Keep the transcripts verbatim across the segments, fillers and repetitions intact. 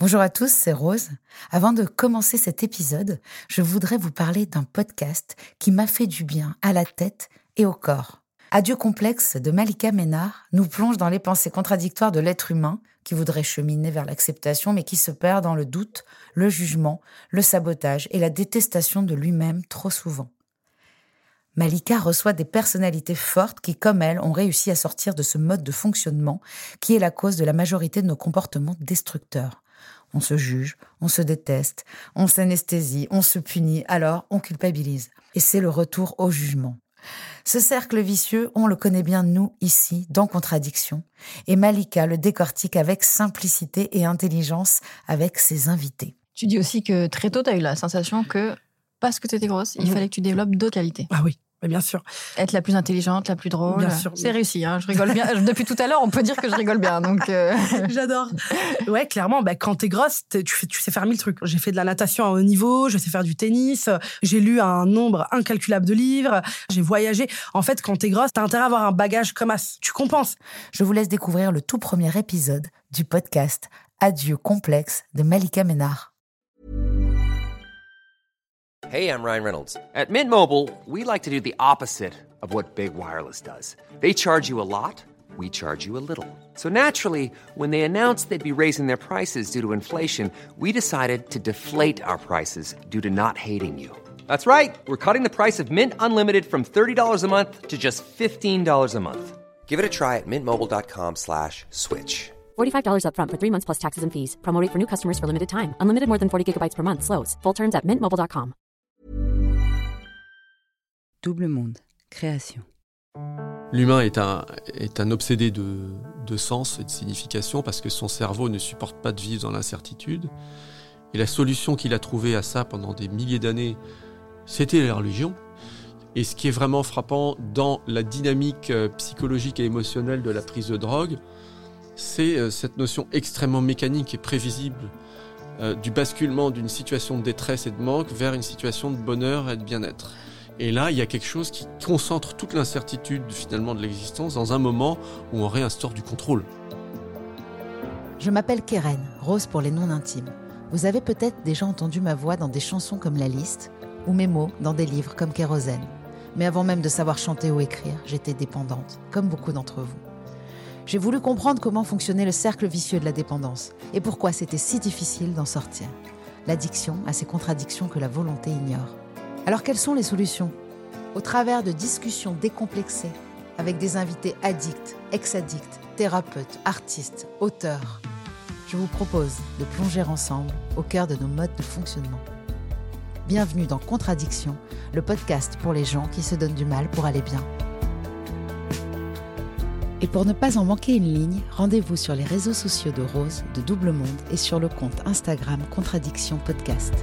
Bonjour à tous, c'est Rose. Avant de commencer cet épisode, je voudrais vous parler d'un podcast qui m'a fait du bien à la tête et au corps. Adieu complexe de Malika Ménard nous plonge dans les pensées contradictoires de l'être humain qui voudrait cheminer vers l'acceptation mais qui se perd dans le doute, le jugement, le sabotage et la détestation de lui-même trop souvent. Malika reçoit des personnalités fortes qui, comme elle, ont réussi à sortir de ce mode de fonctionnement qui est la cause de la majorité de nos comportements destructeurs. On se juge, on se déteste, on s'anesthésie, on se punit, alors on culpabilise. Et c'est le retour au jugement. Ce cercle vicieux, on le connaît bien nous, ici, dans Contradiction. Et Malika le décortique avec simplicité et intelligence avec ses invités. Tu dis aussi que très tôt, tu as eu la sensation que, parce que tu étais grosse, il mmh. fallait que tu développes d'autres qualités. Ah oui. Bien sûr. Être la plus intelligente, la plus drôle. Bien sûr. C'est réussi, hein, je rigole bien. Depuis tout à l'heure, on peut dire que je rigole bien. Donc euh... J'adore. Ouais, clairement, bah, quand t'es grosse, t'es, tu, tu sais faire mille trucs. J'ai fait de la natation à haut niveau, je sais faire du tennis, j'ai lu un nombre incalculable de livres, j'ai voyagé. En fait, quand t'es grosse, t'as intérêt à avoir un bagage comme as. Tu compenses. Je vous laisse découvrir le tout premier épisode du podcast Adieu complexe de Malika Ménard. Hey, I'm Ryan Reynolds. At Mint Mobile, we like to do the opposite of what Big Wireless does. They charge you a lot, we charge you a little. So naturally, when they announced they'd be raising their prices due to inflation, we decided to deflate our prices due to not hating you. That's right. We're cutting the price of Mint Unlimited from thirty dollars a month to just fifteen dollars a month. Give it a try at mintmobile.com slash switch. forty-five dollars up front for three months plus taxes and fees. Promo rate for new customers for limited time. Unlimited more than forty gigabytes per month. Slows full terms at mint mobile dot com. Double Monde, création. L'humain est un, est un obsédé de, de sens et de signification parce que son cerveau ne supporte pas de vivre dans l'incertitude. Et la solution qu'il a trouvée à ça pendant des milliers d'années, c'était la religion. Et ce qui est vraiment frappant dans la dynamique psychologique et émotionnelle de la prise de drogue, c'est cette notion extrêmement mécanique et prévisible euh, du basculement d'une situation de détresse et de manque vers une situation de bonheur et de bien-être. Et là, il y a quelque chose qui concentre toute l'incertitude finalement de l'existence dans un moment où on réinstaure du contrôle. Je m'appelle Keren, Rose pour les non-intimes. Vous avez peut-être déjà entendu ma voix dans des chansons comme La Liste ou mes mots dans des livres comme Kérosène. Mais avant même de savoir chanter ou écrire, j'étais dépendante, comme beaucoup d'entre vous. J'ai voulu comprendre comment fonctionnait le cercle vicieux de la dépendance et pourquoi c'était si difficile d'en sortir. L'addiction a ces contradictions que la volonté ignore. Alors quelles sont les solutions ? Au travers de discussions décomplexées avec des invités addicts, ex-addicts, thérapeutes, artistes, auteurs, je vous propose de plonger ensemble au cœur de nos modes de fonctionnement. Bienvenue dans Contradiction, le podcast pour les gens qui se donnent du mal pour aller bien. Et pour ne pas en manquer une ligne, rendez-vous sur les réseaux sociaux de Rose, de Double Monde et sur le compte Instagram Contradiction Podcast.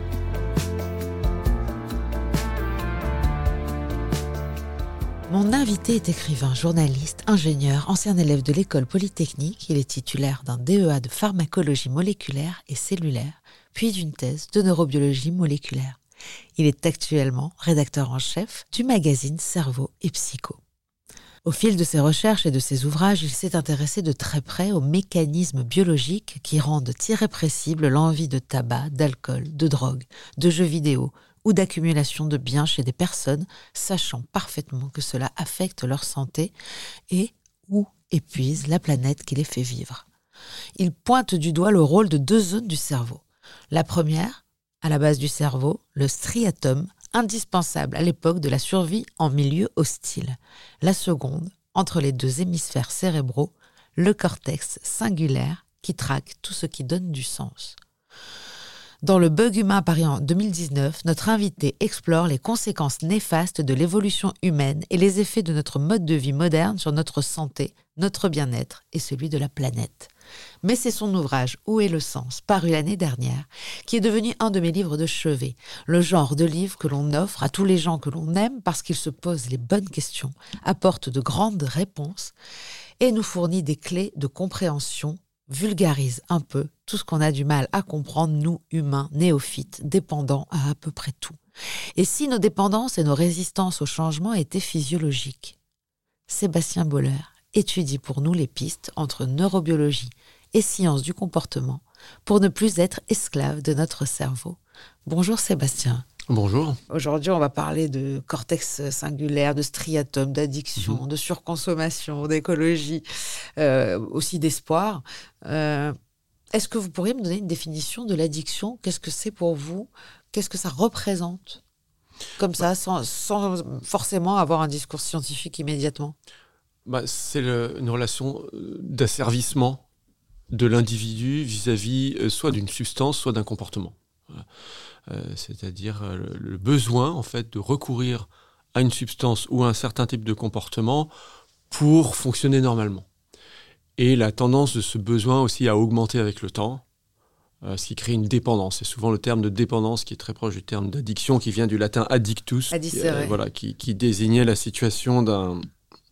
Mon invité est écrivain, journaliste, ingénieur, ancien élève de l'école polytechnique. Il est titulaire d'un D E A de pharmacologie moléculaire et cellulaire, puis d'une thèse de neurobiologie moléculaire. Il est actuellement rédacteur en chef du magazine Cerveau et Psycho. Au fil de ses recherches et de ses ouvrages, il s'est intéressé de très près aux mécanismes biologiques qui rendent irrépressible l'envie de tabac, d'alcool, de drogue, de jeux vidéo, ou d'accumulation de biens chez des personnes, sachant parfaitement que cela affecte leur santé et ou épuise la planète qui les fait vivre. Il pointe du doigt le rôle de deux zones du cerveau. La première, à la base du cerveau, le striatum, indispensable à l'époque de la survie en milieu hostile. La seconde, entre les deux hémisphères cérébraux, le cortex singulaire qui traque tout ce qui donne du sens. Dans le Bug humain paru en deux mille dix-neuf, notre invité explore les conséquences néfastes de l'évolution humaine et les effets de notre mode de vie moderne sur notre santé, notre bien-être et celui de la planète. Mais c'est son ouvrage « Où est le sens ?», paru l'année dernière, qui est devenu un de mes livres de chevet, le genre de livre que l'on offre à tous les gens que l'on aime parce qu'il se pose les bonnes questions, apporte de grandes réponses et nous fournit des clés de compréhension, vulgarise un peu tout ce qu'on a du mal à comprendre, nous, humains, néophytes, dépendants à à peu près tout. Et si nos dépendances et nos résistances au changement étaient physiologiques ? Sébastien Boller étudie pour nous les pistes entre neurobiologie et sciences du comportement pour ne plus être esclave de notre cerveau. Bonjour Sébastien. Bonjour. Aujourd'hui, on va parler de cortex singulaire, de striatum, d'addiction, mmh. de surconsommation, d'écologie, euh, aussi d'espoir. Euh, est-ce que vous pourriez me donner une définition de l'addiction ? Qu'est-ce que c'est pour vous ? Qu'est-ce que ça représente ? Comme ça, sans, sans forcément avoir un discours scientifique immédiatement. Bah, c'est le, une relation d'asservissement de l'individu vis-à-vis euh, soit d'une substance, soit d'un comportement. Euh, c'est-à-dire euh, le, le besoin en fait de recourir à une substance ou à un certain type de comportement pour fonctionner normalement. Et la tendance de ce besoin aussi à augmenter avec le temps, euh, ce qui crée une dépendance. C'est souvent le terme de dépendance qui est très proche du terme d'addiction, qui vient du latin addictus, qui, euh, voilà, qui, qui désignait la situation d'un,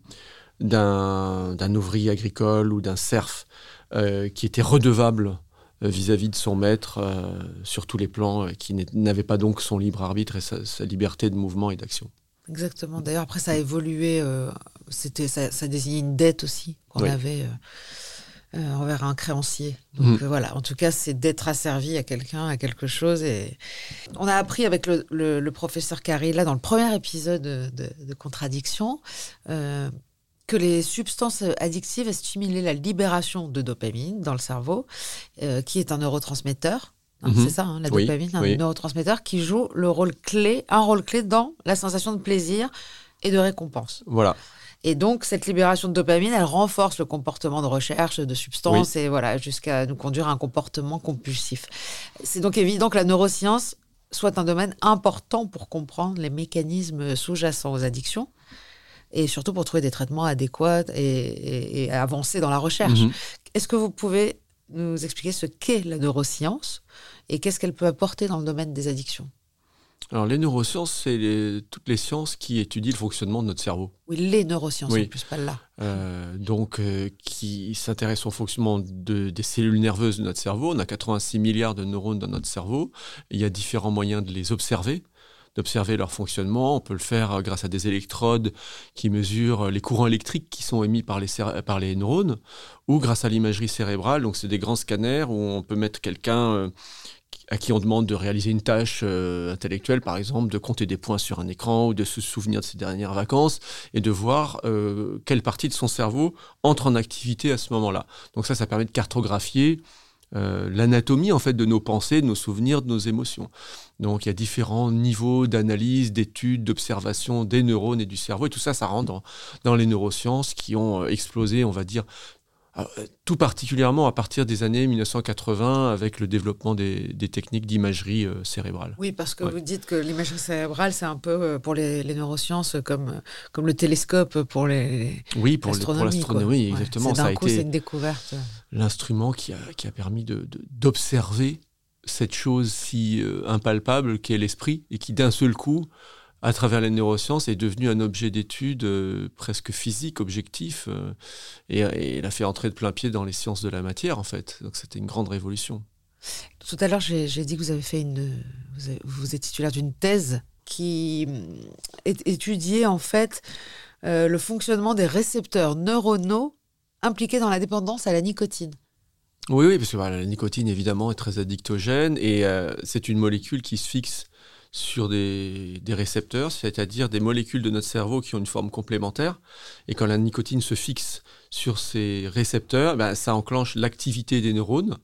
d'un, d'un ouvrier agricole ou d'un serf euh, qui était redevable vis-à-vis de son maître euh, sur tous les plans, euh, qui n'avait pas donc son libre arbitre et sa, sa liberté de mouvement et d'action. Exactement. D'ailleurs, après, ça a évolué. Euh, c'était, ça, ça désignait une dette aussi qu'on oui. avait euh, euh, envers un créancier. Donc mmh. euh, voilà, en tout cas, c'est d'être asservi à quelqu'un, à quelque chose. Et on a appris avec le, le, le professeur Carré, là, dans le premier épisode de, de, de Contradiction, euh, que les substances addictives stimulaient la libération de dopamine dans le cerveau, euh, qui est un neurotransmetteur. Hein, mmh. C'est ça, hein, la oui, dopamine, un oui. neurotransmetteur qui joue le rôle clé, un rôle clé dans la sensation de plaisir et de récompense. Voilà. Et donc, cette libération de dopamine, elle renforce le comportement de recherche de substances oui. et voilà, jusqu'à nous conduire à un comportement compulsif. C'est donc évident que la neuroscience soit un domaine important pour comprendre les mécanismes sous-jacents aux addictions, et surtout pour trouver des traitements adéquats et, et, et avancer dans la recherche. Mmh. Est-ce que vous pouvez nous expliquer ce qu'est la neuroscience et qu'est-ce qu'elle peut apporter dans le domaine des addictions ? Alors, les neurosciences, c'est les, toutes les sciences qui étudient le fonctionnement de notre cerveau. Oui, les neurosciences, oui. en plus, pas là. Euh, donc, euh, qui s'intéressent au fonctionnement de, des cellules nerveuses de notre cerveau. On a quatre-vingt-six milliards de neurones dans notre cerveau. Il y a différents moyens de les observer. d'observer leur fonctionnement. On peut le faire grâce à des électrodes qui mesurent les courants électriques qui sont émis par les, céré- par les neurones, ou grâce à l'imagerie cérébrale. Donc, c'est des grands scanners où on peut mettre quelqu'un euh, à qui on demande de réaliser une tâche euh, intellectuelle, par exemple, de compter des points sur un écran ou de se souvenir de ses dernières vacances et de voir euh, quelle partie de son cerveau entre en activité à ce moment-là. Donc ça, ça permet de cartographier Euh, l'anatomie en fait de nos pensées, de nos souvenirs, de nos émotions. Donc il y a différents niveaux d'analyse, d'études, d'observation des neurones et du cerveau, et tout ça, ça rentre dans, dans les neurosciences qui ont explosé, on va dire, euh, tout particulièrement à partir des années mille neuf cent quatre-vingts avec le développement des, des techniques d'imagerie euh, cérébrale. Oui, parce que ouais. vous dites que l'imagerie cérébrale, c'est un peu euh, pour les, les neurosciences comme, comme le télescope pour les, les oui, pour l'astronomie. Oui, pour l'astronomie, quoi. Exactement. Ouais, c'est d'un ça coup, a été c'est une découverte. L'instrument qui a, qui a permis de, de, d'observer cette chose si euh, impalpable qu'est l'esprit et qui, d'un seul coup, à travers les neurosciences, est devenu un objet d'étude euh, presque physique, objectif, euh, et, et il a fait entrer de plein pied dans les sciences de la matière, en fait. Donc, c'était une grande révolution. Tout à l'heure, j'ai, j'ai dit que vous avez fait une... Vous, avez, vous êtes titulaire d'une thèse qui est, étudiait, en fait, euh, le fonctionnement des récepteurs neuronaux impliqués dans la dépendance à la nicotine. Oui, oui, parce que voilà, la nicotine, évidemment, est très addictogène, et euh, c'est une molécule qui se fixe sur des, des récepteurs, c'est-à-dire des molécules de notre cerveau qui ont une forme complémentaire. Et quand la nicotine se fixe sur ces récepteurs, ben, ça enclenche l'activité des neurones.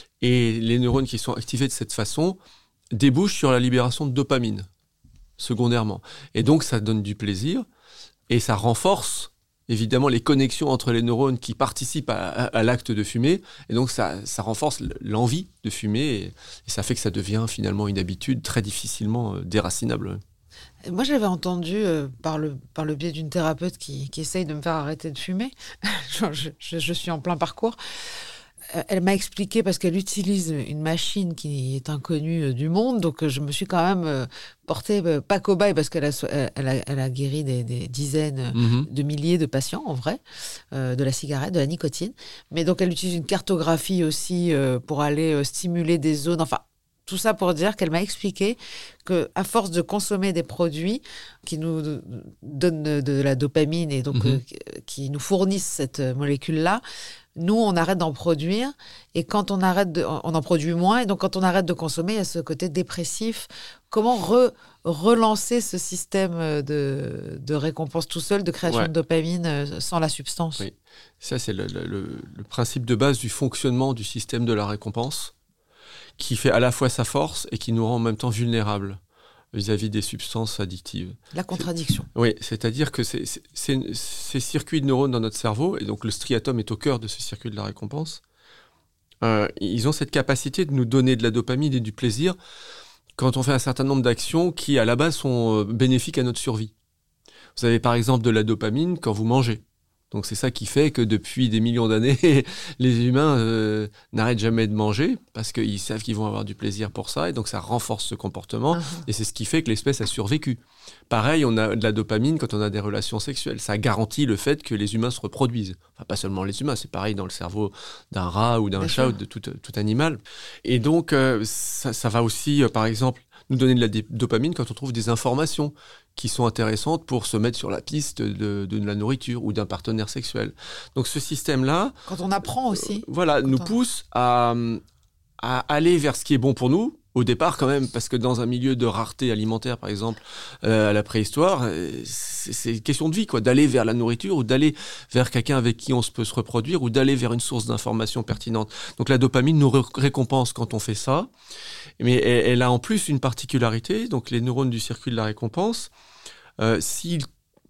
Et les neurones qui sont activés de cette façon débouchent sur la libération de dopamine, secondairement. Et donc, ça donne du plaisir et ça renforce évidemment les connexions entre les neurones qui participent à, à, à l'acte de fumer, et donc ça, ça renforce l'envie de fumer, et, et ça fait que ça devient finalement une habitude très difficilement euh, déracinable. Moi, j'avais entendu euh, par, le, par le biais d'une thérapeute qui, qui essaye de me faire arrêter de fumer, je, je, je suis en plein parcours, elle m'a expliqué, parce qu'elle utilise une machine qui est inconnue du monde, donc je me suis quand même portée, pas cobaye, parce qu'elle a, elle a, elle a guéri des, des dizaines mmh. de milliers de patients, en vrai, euh, de la cigarette, de la nicotine. Mais donc elle utilise une cartographie aussi euh, pour aller euh, stimuler des zones, enfin, Tout ça pour dire qu'elle m'a expliqué qu'à force de consommer des produits qui nous donnent de la dopamine et donc mmh. euh, qui nous fournissent cette molécule-là, nous, on arrête d'en produire et quand on arrête de, on en produit moins et donc quand on arrête de consommer, il y a ce côté dépressif. Comment re, relancer ce système de, de récompense tout seul, de création ouais. de dopamine sans la substance? Oui, ça c'est le, le, le principe de base du fonctionnement du système de la récompense, qui fait à la fois sa force et qui nous rend en même temps vulnérables vis-à-vis des substances addictives. La contradiction. C'est, oui, c'est-à-dire que c'est, c'est, c'est, ces circuits de neurones dans notre cerveau, et donc le striatum est au cœur de ce circuit de la récompense, euh, ils ont cette capacité de nous donner de la dopamine et du plaisir quand on fait un certain nombre d'actions qui, à la base, sont bénéfiques à notre survie. Vous avez par exemple de la dopamine quand vous mangez. Donc c'est ça qui fait que depuis des millions d'années, les humains euh, n'arrêtent jamais de manger parce qu'ils savent qu'ils vont avoir du plaisir pour ça et donc ça renforce ce comportement uh-huh. et c'est ce qui fait que l'espèce a survécu. Pareil, on a de la dopamine quand on a des relations sexuelles. Ça garantit le fait que les humains se reproduisent. Enfin, pas seulement les humains, c'est pareil dans le cerveau d'un rat ou d'un Bien chat sûr. ou de tout, tout animal. Et donc euh, ça, ça va aussi, euh, par exemple, nous donner de la dopamine quand on trouve des informations qui sont intéressantes pour se mettre sur la piste de, de la nourriture ou d'un partenaire sexuel. Donc ce système-là... Quand on apprend aussi. Euh, voilà, nous on... pousse à, à aller vers ce qui est bon pour nous, au départ quand même, parce que dans un milieu de rareté alimentaire, par exemple, euh, à la préhistoire, c'est, c'est une question de vie, quoi, d'aller vers la nourriture ou d'aller vers quelqu'un avec qui on se peut se reproduire ou d'aller vers une source d'information pertinente. Donc la dopamine nous ré- récompense quand on fait ça, mais elle, elle a en plus une particularité, donc les neurones du circuit de la récompense, euh, s'ils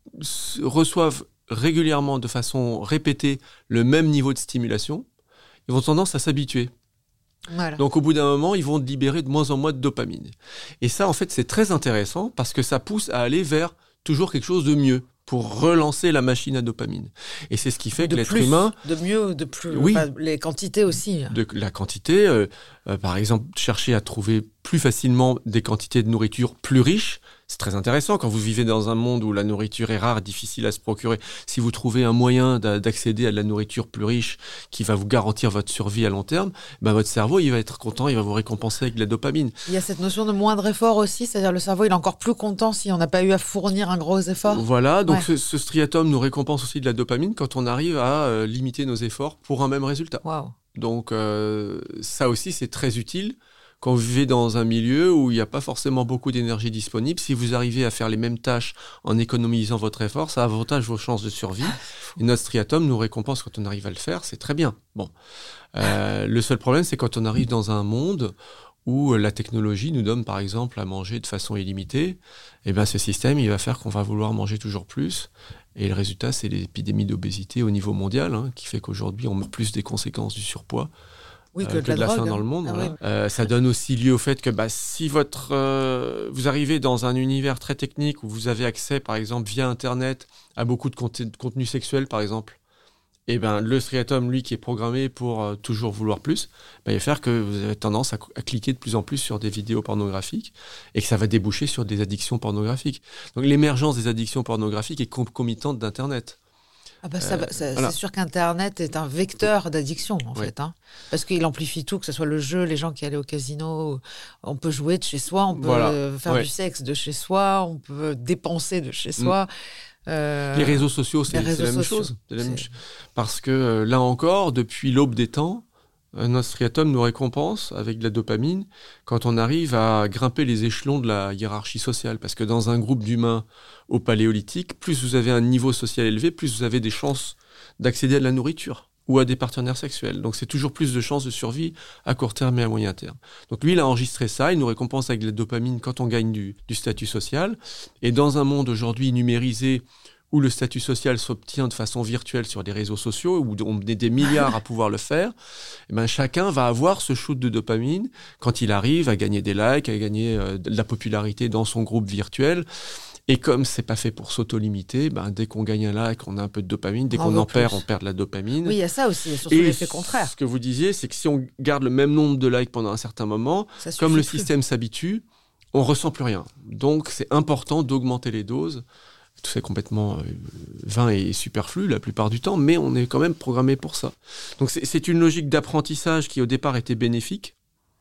reçoivent régulièrement, de façon répétée, le même niveau de stimulation, ils vont tendance à s'habituer. Voilà. Donc au bout d'un moment, ils vont libérer de moins en moins de dopamine. Et ça, en fait, c'est très intéressant parce que ça pousse à aller vers toujours quelque chose de mieux pour relancer la machine à dopamine. Et c'est ce qui fait de que l'être plus, humain... De mieux, de plus... Oui. Enfin, les quantités aussi. De la quantité, euh, euh, par exemple, chercher à trouver plus facilement des quantités de nourriture plus riches, c'est très intéressant quand vous vivez dans un monde où la nourriture est rare, difficile à se procurer. Si vous trouvez un moyen d'a- d'accéder à de la nourriture plus riche qui va vous garantir votre survie à long terme, ben votre cerveau il va être content, il va vous récompenser avec de la dopamine. Il y a cette notion de moindre effort aussi, c'est-à-dire le cerveau il est encore plus content si on n'a pas eu à fournir un gros effort. Voilà, donc ouais. ce, ce striatum nous récompense aussi de la dopamine quand on arrive à euh, limiter nos efforts pour un même résultat. Wow. Donc euh, ça aussi c'est très utile. Quand vous vivez dans un milieu où il n'y a pas forcément beaucoup d'énergie disponible, si vous arrivez à faire les mêmes tâches en économisant votre effort, ça avantage vos chances de survie. Et notre striatum nous récompense quand on arrive à le faire, c'est très bien. Bon, euh, le seul problème, c'est quand on arrive dans un monde où la technologie nous donne, par exemple, à manger de façon illimitée. Et ben, ce système, il va faire qu'on va vouloir manger toujours plus. Et le résultat, c'est l'épidémie d'obésité au niveau mondial, hein, qui fait qu'aujourd'hui, on met plus des conséquences du surpoids. Oui, que, euh, de, que la de la drogue, faim hein. dans le monde. Ah, voilà. oui. euh, ça donne aussi lieu au fait que bah, si votre, euh, vous arrivez dans un univers très technique où vous avez accès, par exemple, via Internet, à beaucoup de, cont- de contenu sexuel, par exemple, et ben le striatum, lui, qui est programmé pour euh, toujours vouloir plus, ben, il va faire que vous avez tendance à, à cliquer de plus en plus sur des vidéos pornographiques et que ça va déboucher sur des addictions pornographiques. Donc l'émergence des addictions pornographiques est concomitante d'Internet. Ah bah ça, Euh, ça, voilà. C'est sûr qu'Internet est un vecteur d'addiction, en Ouais. fait. Hein, parce qu'il amplifie tout, que ce soit le jeu, les gens qui allaient au casino. On peut jouer de chez soi, on peut Voilà. euh, faire Ouais. du sexe de chez soi, on peut dépenser de chez soi. Mm. Euh, Les réseaux sociaux, c'est, les réseaux c'est la même sociaux. chose. C'est la même C'est- ch- Parce que euh, là encore, depuis l'aube des temps, euh, notre striatum nous récompense avec de la dopamine quand on arrive à grimper les échelons de la hiérarchie sociale. Parce que dans un groupe d'humains au paléolithique, plus vous avez un niveau social élevé, plus vous avez des chances d'accéder à de la nourriture ou à des partenaires sexuels. Donc c'est toujours plus de chances de survie à court terme et à moyen terme. Donc lui, il a enregistré ça, il nous récompense avec de la dopamine quand on gagne du, du statut social. Et dans un monde aujourd'hui numérisé, où le statut social s'obtient de façon virtuelle sur des réseaux sociaux, où on est des milliards à pouvoir le faire, et ben chacun va avoir ce shoot de dopamine quand il arrive à gagner des likes, à gagner euh, de la popularité dans son groupe virtuel. Et comme c'est pas fait pour s'auto-limiter, ben dès qu'on gagne un like, on a un peu de dopamine. Dès On qu'on veut en perd, plus. on perd de la dopamine. Oui, il y a ça aussi, et surtout Et l'effet contraire. ce que vous disiez, c'est que si on garde le même nombre de likes pendant un certain moment, Ça suffit comme le plus. système s'habitue, on ressent plus rien. Donc c'est important d'augmenter les doses. Tout c'est complètement euh, vain et superflu la plupart du temps, mais on est quand même programmé pour ça. Donc c'est, c'est une logique d'apprentissage qui au départ était bénéfique,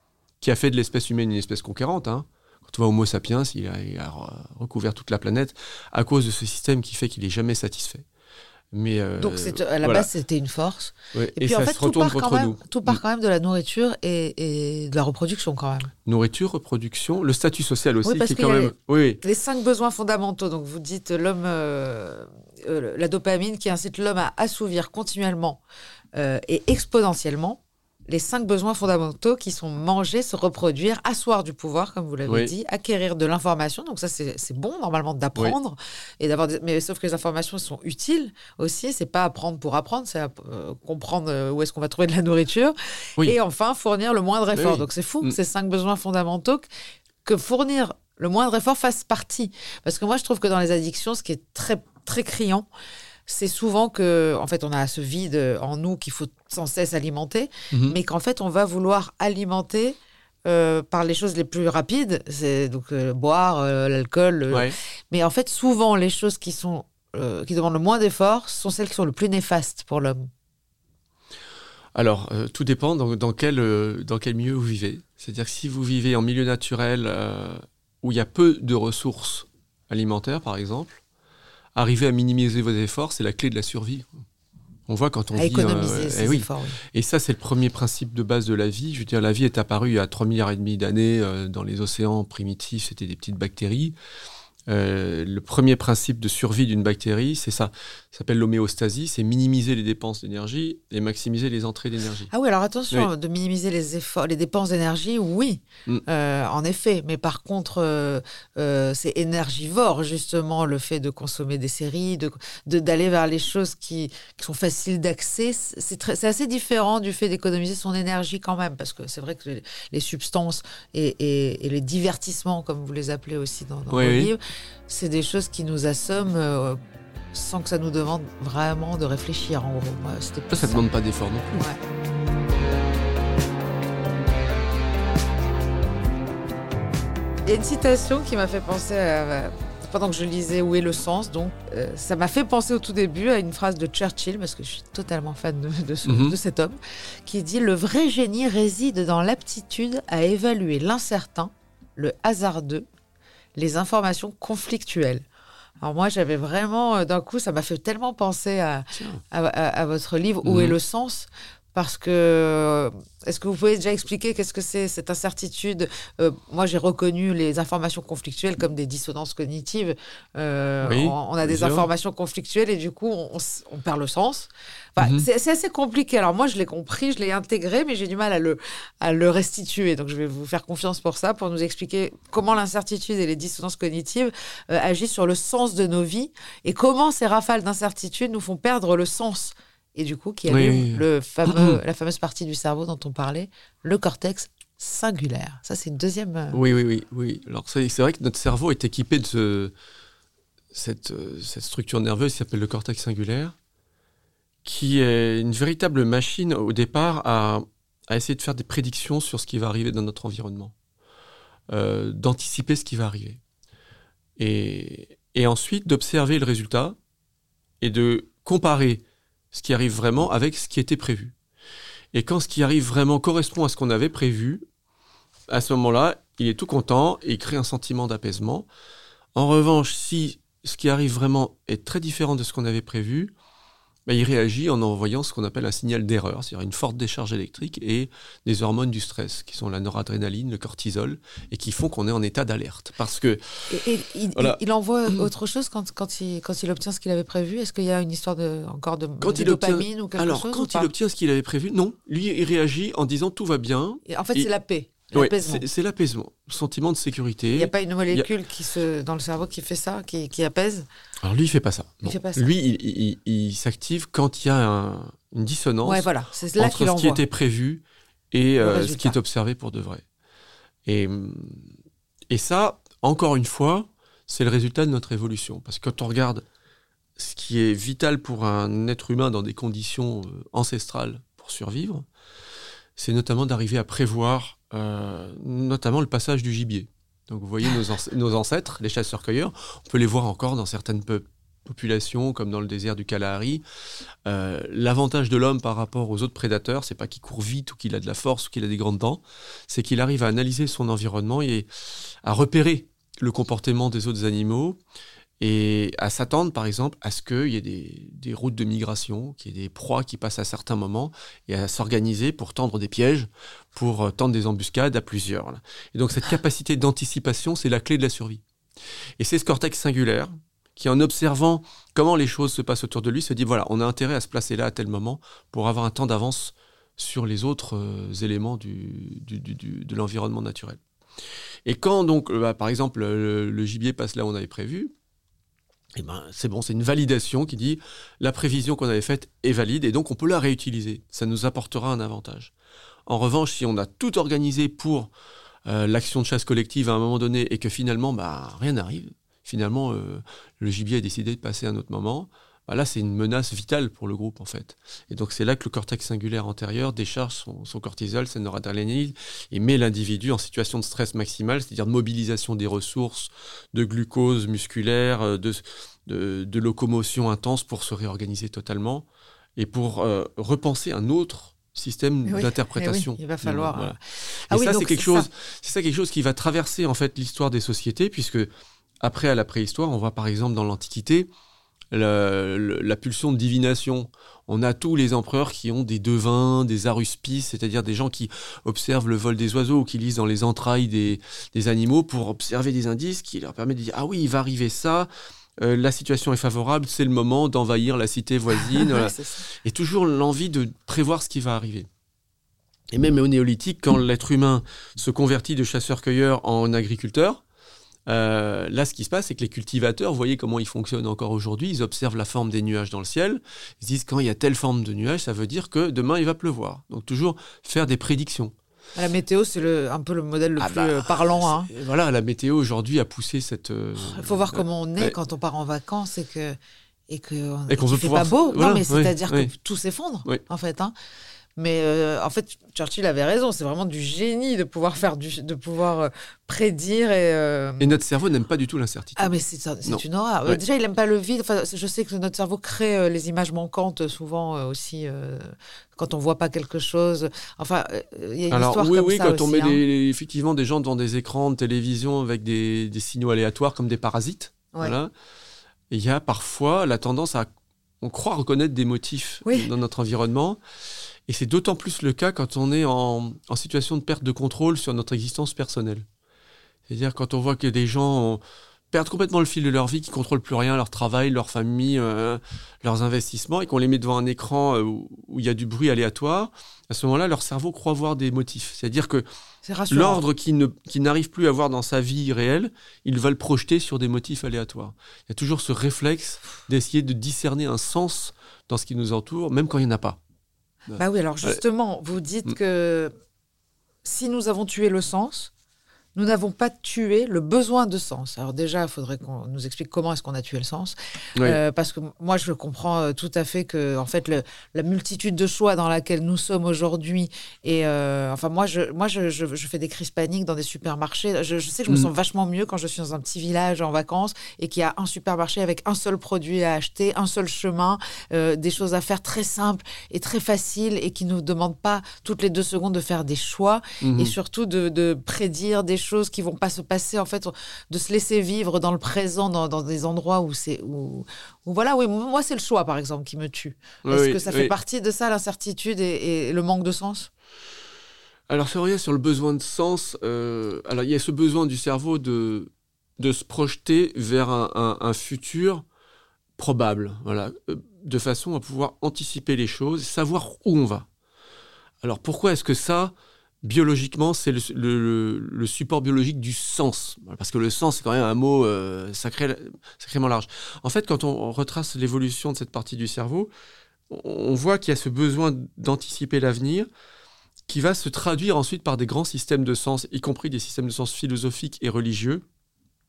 qui a fait de l'espèce humaine une espèce conquérante. Hein. Quand on voit Homo sapiens, il a, il a recouvert toute la planète à cause de ce système qui fait qu'il n'est jamais satisfait. Mais euh, Donc c'est, à la voilà. base, c'était une force. Ouais, Et, et puis ça en fait, se tout retourne part, quand contre même, nous. tout part quand même de la nourriture et, et de la reproduction quand même. Nourriture, reproduction, le statut social aussi, Oui, parce qui est qu'il quand y a même... Oui, oui. Les cinq besoins fondamentaux. Donc vous dites l'homme, euh, euh, la dopamine qui incite l'homme à assouvir continuellement euh, et exponentiellement les cinq besoins fondamentaux qui sont manger, se reproduire, asseoir du pouvoir, comme vous l'avez Oui. dit, acquérir de l'information. Donc ça, c'est, c'est bon normalement d'apprendre. Oui. Et d'avoir des... Mais sauf que les informations sont utiles aussi. C'est pas apprendre pour apprendre, c'est euh, comprendre où est-ce qu'on va trouver de la nourriture. Oui. Et enfin, fournir le moindre effort. Oui. Donc c'est fou, mmh. ces cinq besoins fondamentaux que, que fournir le moindre effort fasse partie. Parce que moi, je trouve que dans les addictions, ce qui est très, très criant, c'est souvent que, en fait, on a ce vide en nous qu'il faut sans cesse alimenter, mmh. mais qu'en fait, on va vouloir alimenter euh, par les choses les plus rapides, c'est donc euh, boire, euh, l'alcool. Euh, ouais. Mais en fait, souvent, les choses qui sont euh, qui demandent le moins d'efforts sont celles qui sont le plus néfastes pour l'homme. Alors, euh, tout dépend dans, dans quel euh, dans quel milieu vous vivez. C'est-à-dire que si vous vivez en milieu naturel euh, où il y a peu de ressources alimentaires, par exemple. Arriver à minimiser vos efforts, c'est la clé de la survie. On voit quand on à vit... économiser euh, ses eh oui. efforts. Oui. Et ça, c'est le premier principe de base de la vie. Je veux dire, la vie est apparue il y a trois milliards et demi d'années euh, dans les océans primitifs. C'était des petites bactéries. Euh, le premier principe de survie d'une bactérie, c'est ça. Ça s'appelle l'homéostasie, c'est minimiser les dépenses d'énergie et maximiser les entrées d'énergie. Ah oui, alors attention, oui. de minimiser les efforts, les dépenses d'énergie, oui, mm. euh, en effet. Mais par contre, euh, euh, c'est énergivore, justement, le fait de consommer des séries, de, de, d'aller vers les choses qui, qui sont faciles d'accès. C'est, très, c'est assez différent du fait d'économiser son énergie quand même, parce que c'est vrai que les, les substances et, et, et les divertissements, comme vous les appelez aussi dans, dans oui, vos oui. livres, c'est des choses qui nous assomment euh, sans que ça nous demande vraiment de réfléchir, en gros. Moi, c'était ça, ça ne demande pas d'effort non plus. Ouais. Il y a une citation qui m'a fait penser à... Pendant que je lisais « Où est le sens ?» donc euh, ça m'a fait penser au tout début à une phrase de Churchill, parce que je suis totalement fan de, de, ce, mm-hmm. de cet homme, qui dit « Le vrai génie réside dans l'aptitude à évaluer l'incertain, le hasardeux, les informations conflictuelles. » Alors moi, j'avais vraiment, d'un coup, ça m'a fait tellement penser à, à, à, à votre livre mmh. « Où est le sens ?» Parce que, est-ce que vous pouvez déjà expliquer qu'est-ce que c'est cette incertitude ? euh, Moi, j'ai reconnu les informations conflictuelles comme des dissonances cognitives. Euh, oui, on, on a des sûr. informations conflictuelles et du coup, on, on perd le sens. Enfin, mmh. c'est, c'est assez compliqué. Alors moi, je l'ai compris, je l'ai intégré, mais j'ai du mal à le, à le restituer. Donc, je vais vous faire confiance pour ça, pour nous expliquer comment l'incertitude et les dissonances cognitives euh, agissent sur le sens de nos vies et comment ces rafales d'incertitude nous font perdre le sens. Et du coup, qui allume oui. le fameux, la fameuse partie du cerveau dont on parlait, le cortex singulaire. Ça, c'est une deuxième... Euh... Oui, oui, oui, oui. Alors, c'est, c'est vrai que notre cerveau est équipé de ce, cette, cette structure nerveuse qui s'appelle le cortex singulaire, qui est une véritable machine, au départ, à, à essayer de faire des prédictions sur ce qui va arriver dans notre environnement, euh, d'anticiper ce qui va arriver. Et, et ensuite, d'observer le résultat et de comparer ce qui arrive vraiment avec ce qui était prévu. Et quand ce qui arrive vraiment correspond à ce qu'on avait prévu, à ce moment-là, il est tout content et il crée un sentiment d'apaisement. En revanche, si ce qui arrive vraiment est très différent de ce qu'on avait prévu, bah, il réagit en envoyant ce qu'on appelle un signal d'erreur, c'est-à-dire une forte décharge électrique et des hormones du stress, qui sont la noradrénaline, le cortisol, et qui font qu'on est en état d'alerte. Parce que... Et, et il, voilà. il, il envoie autre chose quand, quand, il, quand il obtient ce qu'il avait prévu ? Est-ce qu'il y a une histoire de, encore de, quand de il dopamine obtient, ou quelque alors, chose ? Alors, quand il obtient ce qu'il avait prévu, non. Lui, il réagit en disant « tout va bien ». En fait, et, c'est la paix. Oui, c'est, c'est l'apaisement, le sentiment de sécurité. Il n'y a pas une molécule a... qui se, dans le cerveau qui fait ça, qui, qui apaise ? Alors lui, il ne fait pas ça. Il fait pas ça. Lui, il, il, il s'active quand il y a un, une dissonance ouais, voilà. c'est là entre qu'il ce envoie. qui était prévu et euh, ce qui est observé pour de vrai. Et, et ça, encore une fois, c'est le résultat de notre évolution. Parce que quand on regarde ce qui est vital pour un être humain dans des conditions ancestrales pour survivre, c'est notamment d'arriver à prévoir euh, notamment le passage du gibier. Donc vous voyez nos, anc- nos ancêtres, les chasseurs-cueilleurs, on peut les voir encore dans certaines pe- population, comme dans le désert du Kalahari, euh, l'avantage de l'homme par rapport aux autres prédateurs, c'est pas qu'il court vite ou qu'il a de la force ou qu'il a des grandes dents, c'est qu'il arrive à analyser son environnement et à repérer le comportement des autres animaux et à s'attendre, par exemple, à ce qu'il y ait des, des routes de migration, qu'il y ait des proies qui passent à certains moments et à s'organiser pour tendre des pièges, pour tendre des embuscades à plusieurs. Là. Et donc cette capacité d'anticipation, c'est la clé de la survie. Et c'est ce cortex singulaire qui, en observant comment les choses se passent autour de lui, se dit, voilà, on a intérêt à se placer là à tel moment pour avoir un temps d'avance sur les autres euh, éléments du, du, du, du, de l'environnement naturel. Et quand, donc, bah, par exemple, le, le gibier passe là où on avait prévu, eh ben, c'est bon, c'est une validation qui dit, la prévision qu'on avait faite est valide et donc on peut la réutiliser. Ça nous apportera un avantage. En revanche, si on a tout organisé pour euh, l'action de chasse collective à un moment donné et que finalement, bah, rien n'arrive, finalement, euh, le gibier a décidé de passer à un autre moment, bah là, c'est une menace vitale pour le groupe, en fait. Et donc, c'est là que le cortex singulaire antérieur décharge son, son cortisol, sa noradrénaline, et met l'individu en situation de stress maximal, c'est-à-dire de mobilisation des ressources, de glucose musculaire, de, de, de locomotion intense pour se réorganiser totalement et pour euh, repenser un autre système oui, d'interprétation. Oui, il va falloir... Voilà. Ah et oui, ça, donc c'est quelque c'est chose, ça. c'est ça quelque chose qui va traverser, en fait, l'histoire des sociétés, puisque après, à la préhistoire, on voit par exemple dans l'Antiquité la, la, la pulsion de divination. On a tous les empereurs qui ont des devins, des aruspices, c'est-à-dire des gens qui observent le vol des oiseaux ou qui lisent dans les entrailles des, des animaux pour observer des indices qui leur permettent de dire « Ah oui, il va arriver ça, euh, la situation est favorable, c'est le moment d'envahir la cité voisine. » Voilà. Et toujours l'envie de prévoir ce qui va arriver. Et même au néolithique, quand l'être humain se convertit de chasseur-cueilleur en agriculteur, Euh, là, ce qui se passe, c'est que les cultivateurs, vous voyez comment ils fonctionnent encore aujourd'hui, ils observent la forme des nuages dans le ciel, ils se disent quand il y a telle forme de nuage, ça veut dire que demain il va pleuvoir. Donc toujours faire des prédictions. La météo, c'est le, un peu le modèle le ah plus bah, parlant. Hein. Voilà, la météo aujourd'hui a poussé cette... Il euh, faut voir comment on est ouais. quand on part en vacances et que et que et qu'on ne fait pas beau. Voilà, non, mais oui, c'est-à-dire oui. que tout s'effondre, oui. en fait. Hein. Mais euh, en fait, Churchill avait raison. C'est vraiment du génie de pouvoir faire du, de pouvoir euh, prédire et. Euh... Et notre cerveau n'aime pas du tout l'incertitude. Ah mais c'est, c'est une horreur. Ouais. Déjà, il n'aime pas le vide. Enfin, je sais que notre cerveau crée euh, les images manquantes souvent euh, aussi euh, quand on voit pas quelque chose. Enfin, il euh, y a une Alors, histoire oui, comme oui, ça quand aussi, on met hein. des, effectivement des gens devant des écrans de télévision avec des, des signaux aléatoires comme des parasites. Ouais. Voilà. Il y a parfois la tendance à on croit reconnaître des motifs oui. dans notre environnement. Et c'est d'autant plus le cas quand on est en, en situation de perte de contrôle sur notre existence personnelle. C'est-à-dire quand on voit que des gens perdent complètement le fil de leur vie, qui ne contrôlent plus rien, leur travail, leur famille, euh, leurs investissements, et qu'on les met devant un écran euh, où, où il y a du bruit aléatoire, à ce moment-là, leur cerveau croit voir des motifs. C'est-à-dire que c'est l'ordre qu'il, ne, qu'il n'arrive plus à voir dans sa vie réelle, il va le projeter sur des motifs aléatoires. Il y a toujours ce réflexe d'essayer de discerner un sens dans ce qui nous entoure, même quand il n'y en a pas. Bah oui, alors justement, vous dites que si nous avons tué le sens, nous n'avons pas tué le besoin de sens. Alors déjà, il faudrait qu'on nous explique comment est-ce qu'on a tué le sens. Oui. Euh, parce que moi, je comprends tout à fait que, en fait, le, la multitude de choix dans laquelle nous sommes aujourd'hui, et euh, enfin, moi, je, moi je, je, je fais des crises paniques dans des supermarchés. Je, je sais que je me sens vachement mieux quand je suis dans un petit village en vacances et qu'il y a un supermarché avec un seul produit à acheter, un seul chemin, euh, des choses à faire très simples et très faciles et qui ne nous demandent pas toutes les deux secondes de faire des choix mmh. et surtout de, de prédire des choses choses qui vont pas se passer, en fait, de se laisser vivre dans le présent, dans, dans des endroits où c'est où, où voilà, oui, moi c'est le choix par exemple qui me tue. Oui, Est-ce que ça oui. fait partie de ça, l'incertitude et, et le manque de sens? Alors c'est vrai, sur le besoin de sens, euh, alors il y a ce besoin du cerveau de de se projeter vers un, un, un futur probable, voilà, de façon à pouvoir anticiper les choses, savoir où on va. Alors pourquoi est-ce que ça biologiquement, c'est le, le, le support biologique du sens. Parce que le sens, c'est quand même un mot euh, sacré, sacrément large. En fait, quand on retrace l'évolution de cette partie du cerveau, on voit qu'il y a ce besoin d'anticiper l'avenir qui va se traduire ensuite par des grands systèmes de sens, y compris des systèmes de sens philosophiques et religieux. Pourquoi ?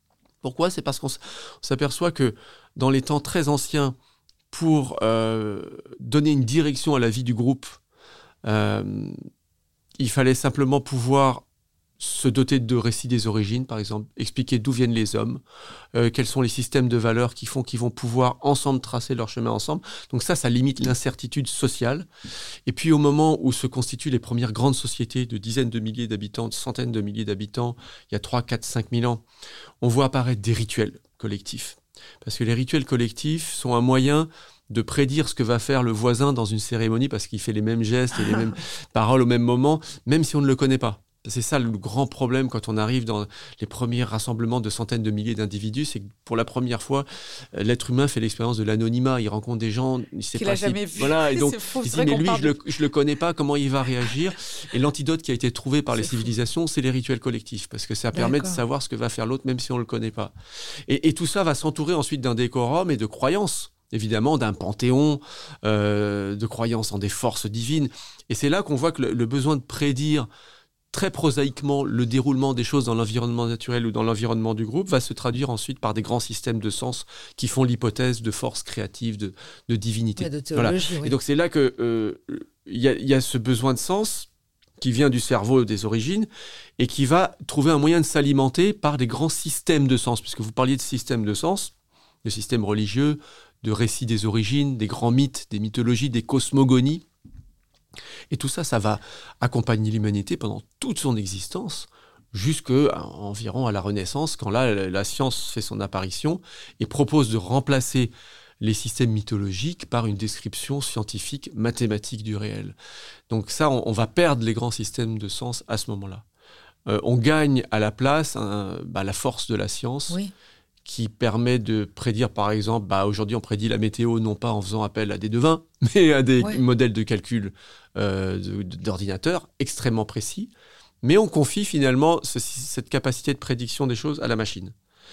C'est parce qu'on s'aperçoit que dans les temps très anciens, pour euh, donner une direction à la vie du groupe, euh, il fallait simplement pouvoir se doter de récits des origines, par exemple, expliquer d'où viennent les hommes, euh, quels sont les systèmes de valeurs qui font qu'ils vont pouvoir ensemble tracer leur chemin ensemble. Donc ça, ça limite l'incertitude sociale. Et puis au moment où se constituent les premières grandes sociétés de dizaines de milliers d'habitants, de centaines de milliers d'habitants, il y a trois, quatre, cinq mille ans, on voit apparaître des rituels collectifs. Parce que les rituels collectifs sont un moyen de prédire ce que va faire le voisin dans une cérémonie parce qu'il fait les mêmes gestes et les mêmes paroles au même moment, même si on ne le connaît pas. C'est ça le grand problème quand on arrive dans les premiers rassemblements de centaines de milliers d'individus, c'est que pour la première fois, l'être humain fait l'expérience de l'anonymat. Il rencontre des gens, il ne sait qu'il pas n'a si... jamais vu. Voilà, et donc c'est fou, il c'est dit, mais lui, je de... le, je le connais pas, comment il va réagir? Et l'antidote qui a été trouvé par les c'est civilisations, fou. C'est les rituels collectifs, parce que ça permet D'accord. de savoir ce que va faire l'autre, même si on ne le connaît pas. Et, et tout ça va s'entourer ensuite d'un décorum et de croyances. Évidemment, d'un panthéon, euh, de croyances en des forces divines. Et c'est là qu'on voit que le, le besoin de prédire très prosaïquement le déroulement des choses dans l'environnement naturel ou dans l'environnement du groupe va se traduire ensuite par des grands systèmes de sens qui font l'hypothèse de force créative, de, de divinité. Ouais, de théologie, voilà. oui. Et donc c'est là qu'il euh, y, y a ce besoin de sens qui vient du cerveau des origines et qui va trouver un moyen de s'alimenter par des grands systèmes de sens. Puisque vous parliez de systèmes de sens, de systèmes religieux, de récits des origines, des grands mythes, des mythologies, des cosmogonies. Et tout ça, ça va accompagner l'humanité pendant toute son existence, jusqu'à environ à la Renaissance, quand là, la, la science fait son apparition et propose de remplacer les systèmes mythologiques par une description scientifique, mathématique du réel. Donc ça, on, on va perdre les grands systèmes de sens à ce moment-là. Euh, on gagne à la place un, bah, la force de la science, Oui. qui permet de prédire, par exemple, bah, aujourd'hui on prédit la météo non pas en faisant appel à des devins, mais à des Ouais. modèles de calcul euh, de, d'ordinateur extrêmement précis, mais on confie finalement ce, cette capacité de prédiction des choses à la machine.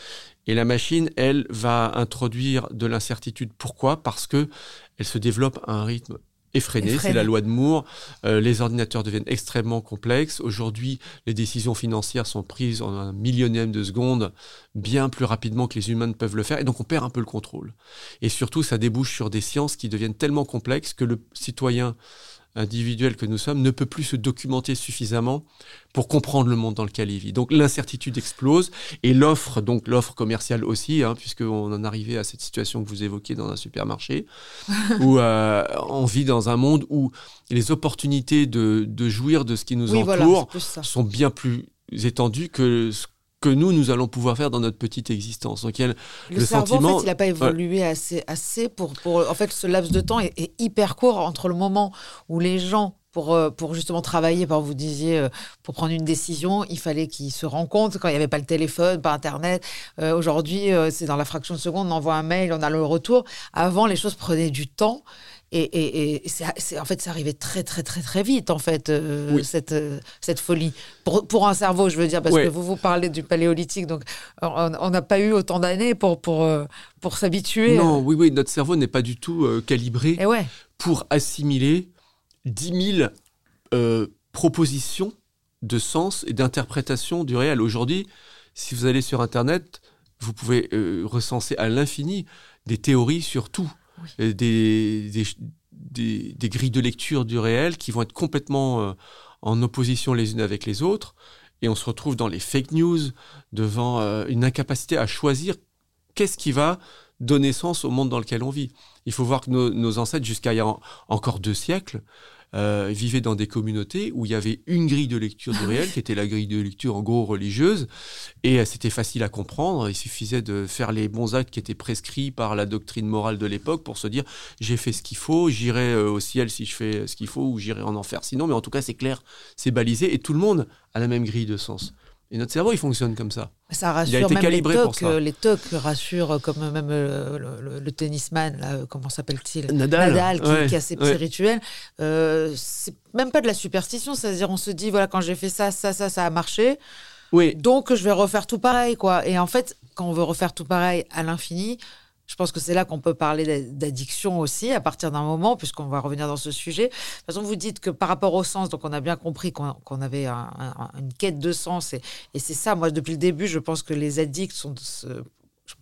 Et la machine, elle, va introduire de l'incertitude. Pourquoi ? Parce qu'elle se développe à un rythme effréné, Effréné. c'est la loi de Moore. Euh, les ordinateurs deviennent extrêmement complexes. Aujourd'hui, les décisions financières sont prises en un millionième de seconde, bien plus rapidement que les humains ne peuvent le faire, et donc on perd un peu le contrôle. Et surtout, ça débouche sur des sciences qui deviennent tellement complexes que le citoyen individuel que nous sommes ne peut plus se documenter suffisamment pour comprendre le monde dans lequel il vit. Donc l'incertitude explose et l'offre, donc l'offre commerciale aussi, hein, puisqu'on en arrivait à cette situation que vous évoquiez dans un supermarché, où euh, on vit dans un monde où les opportunités de, de jouir de ce qui nous Oui, voilà, entoure c'est plus ça. sont bien plus étendues que ce que nous, nous allons pouvoir faire dans notre petite existence. Donc il y a le, Le, le cerveau, sentiment... en fait, il n'a pas évolué assez, assez pour, pour... En fait, ce laps de temps est, est hyper court entre le moment où les gens, pour, pour justement travailler, par vous disiez, pour prendre une décision, il fallait qu'ils se rencontrent quand il n'y avait pas le téléphone, pas Internet. Euh, aujourd'hui, c'est dans la fraction de seconde, on envoie un mail, on a le retour. Avant, les choses prenaient du temps. Et, et, et c'est, c'est, en fait, ça arrivait très, très, très, très vite, en fait, euh, Oui. cette, euh, cette folie. Pour, pour un cerveau, je veux dire, parce Ouais. que vous vous parlez du paléolithique, donc on n'a pas eu autant d'années pour, pour, euh, pour s'habituer. Non, oui, oui, notre cerveau n'est pas du tout euh, calibré Et ouais, pour assimiler dix mille euh, propositions de sens et d'interprétation du réel. Aujourd'hui, si vous allez sur Internet, vous pouvez euh, recenser à l'infini des théories sur tout. Oui. Des, des, des, des grilles de lecture du réel qui vont être complètement euh, en opposition les unes avec les autres. Et on se retrouve dans les fake news, devant euh, une incapacité à choisir qu'est-ce qui va donner sens au monde dans lequel on vit. Il faut voir que nos, nos ancêtres, jusqu'à il y a en, encore deux siècles, euh, vivaient dans des communautés où il y avait une grille de lecture du réel, qui était la grille de lecture en gros religieuse, et euh, c'était facile à comprendre. Il suffisait de faire les bons actes qui étaient prescrits par la doctrine morale de l'époque pour se dire j'ai fait ce qu'il faut, j'irai euh, au ciel si je fais ce qu'il faut, ou j'irai en enfer sinon, mais en tout cas c'est clair, c'est balisé, et tout le monde a la même grille de sens. Et notre cerveau, il fonctionne comme ça. ça rassure. Il a été même calibré les pour tocs, ça. les tocs rassurent, comme même le, le, le tennisman, là, comment s'appelle-t-il ? Nadal. Nadal, qui, Ouais, qui a ses petits ouais. rituels. Euh, c'est même pas de la superstition, c'est-à-dire on se dit, voilà, quand j'ai fait ça, ça, ça, ça a marché, Oui. donc je vais refaire tout pareil, quoi. Et en fait, quand on veut refaire tout pareil à l'infini, je pense que c'est là qu'on peut parler d'addiction aussi, à partir d'un moment, puisqu'on va revenir dans ce sujet. De toute façon, vous dites que par rapport au sens, donc on a bien compris qu'on, qu'on avait un, un, une quête de sens. Et, et c'est ça, moi, depuis le début, je pense que les addicts sont... Ce, je ne sais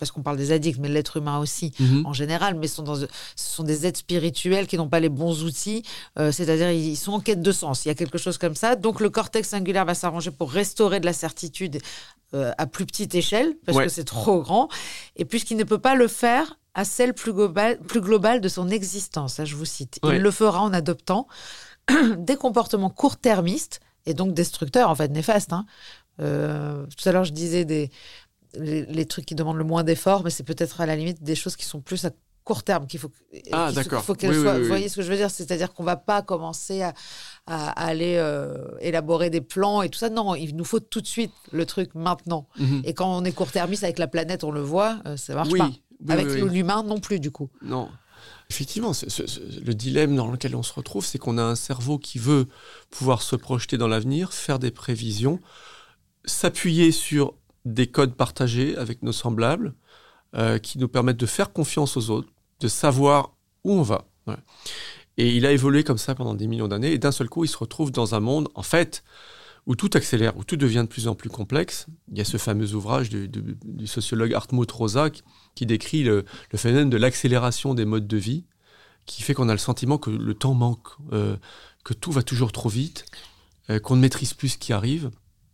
parce qu'on parle des addicts, mais l'être humain aussi, mm-hmm. en général, mais sont dans, ce sont des êtres spirituels qui n'ont pas les bons outils, euh, c'est-à-dire ils sont en quête de sens, il y a quelque chose comme ça. Donc le cortex singulaire va s'arranger pour restaurer de la certitude euh, à plus petite échelle, parce ouais. que c'est trop grand, et puisqu'il ne peut pas le faire à celle plus globale, plus globale de son existence, là, je vous cite. Ouais. Il le fera en adoptant des comportements court-termistes, et donc destructeurs, en fait, néfastes. Hein. Euh, tout à l'heure, je disais des, les, les trucs qui demandent le moins d'efforts, mais c'est peut-être à la limite des choses qui sont plus à court terme, qu'il faut, ah, qu'il d'accord. faut qu'elles oui, soient... Oui, oui, vous voyez ce que je veux dire ? C'est-à-dire qu'on ne va pas commencer à, à, à aller euh, élaborer des plans et tout ça. Non, il nous faut tout de suite le truc maintenant. Mm-hmm. Et quand on est court-termiste avec la planète, on le voit, euh, ça ne marche oui, pas. Oui, avec oui, oui. l'humain, non plus, du coup. Non. Effectivement, c'est, c'est, c'est, le dilemme dans lequel on se retrouve, c'est qu'on a un cerveau qui veut pouvoir se projeter dans l'avenir, faire des prévisions, s'appuyer sur des codes partagés avec nos semblables, euh, qui nous permettent de faire confiance aux autres, de savoir où on va. Ouais. Et il a évolué comme ça pendant des millions d'années, et d'un seul coup, il se retrouve dans un monde, en fait, où tout accélère, où tout devient de plus en plus complexe. Il y a ce fameux ouvrage du, du, du sociologue Hartmut Rosa qui, qui décrit le, le phénomène de l'accélération des modes de vie, qui fait qu'on a le sentiment que le temps manque, euh, que tout va toujours trop vite, euh, qu'on ne maîtrise plus ce qui arrive.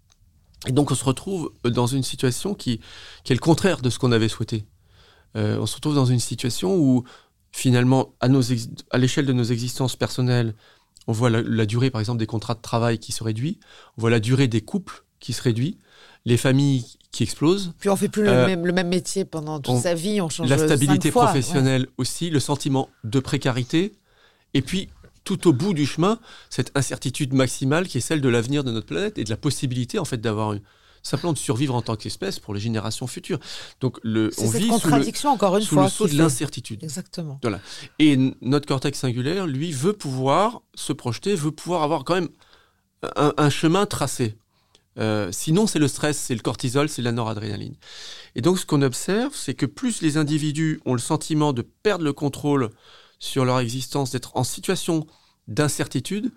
Et donc on se retrouve dans une situation qui, qui est le contraire de ce qu'on avait souhaité. Euh, on se retrouve dans une situation où, finalement, à, nos ex- à l'échelle de nos existences personnelles, on voit la, la durée, par exemple, des contrats de travail qui se réduit, on voit la durée des couples qui se réduit, les familles qui explosent. Puis on ne fait plus euh, le, même, le même métier pendant toute on, sa vie, on change la stabilité cinq fois, professionnelle ouais. aussi, le sentiment de précarité, et puis tout au bout du chemin, cette incertitude maximale qui est celle de l'avenir de notre planète et de la possibilité en fait d'avoir une, simplement de survivre en tant qu'espèce pour les générations futures. Donc le, c'est on cette vit contradiction sous le, encore une sous fois, le sceau de fait... l'incertitude. Exactement. Voilà. Et n- notre cortex singulaire, lui, veut pouvoir se projeter, veut pouvoir avoir quand même un, un chemin tracé. Euh, sinon, c'est le stress, c'est le cortisol, c'est la noradrénaline. Et donc, ce qu'on observe, c'est que plus les individus ont le sentiment de perdre le contrôle sur leur existence, d'être en situation d'incertitude,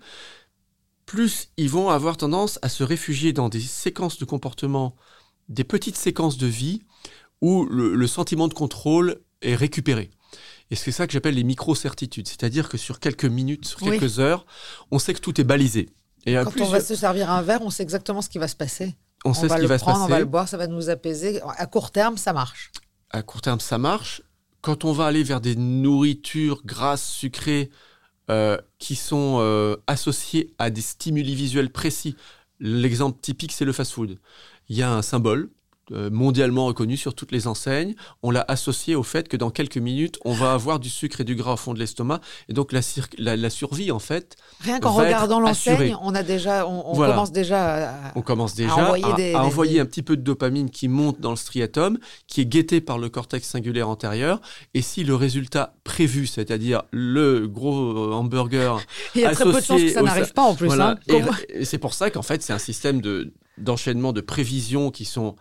plus ils vont avoir tendance à se réfugier dans des séquences de comportement, des petites séquences de vie où le, le sentiment de contrôle est récupéré. Et c'est ça que j'appelle les micro-certitudes, c'est-à-dire que sur quelques minutes, sur quelques oui. heures, on sait que tout est balisé. Et Quand plus, on va se servir un verre, on sait exactement ce qui va se passer. On, on sait va ce qui le va prendre, se passer. On va le boire, ça va nous apaiser. À court terme, ça marche. À court terme, ça marche. Quand on va aller vers des nourritures grasses, sucrées, euh, qui sont euh, associées à des stimuli visuels précis, l'exemple typique, c'est le fast-food. Il y a un symbole euh, mondialement reconnu sur toutes les enseignes. On l'a associé au fait que dans quelques minutes, on va avoir du sucre et du gras au fond de l'estomac. Et donc, la, cir- la, la survie, en fait, rien qu'en regardant l'enseigne, assurée. on, a déjà, on, on voilà. commence déjà à, on commence déjà à envoyer, à, des, à des, envoyer des... un petit peu de dopamine qui monte dans le striatum, qui est guetté par le cortex singulaire antérieur. Et si le résultat prévu, c'est-à-dire le gros hamburger il y a très peu de chances que ça n'arrive pas en plus. Voilà. Hein. Et, et c'est pour ça qu'en fait, c'est un système de, d'enchaînement de prévisions qui sont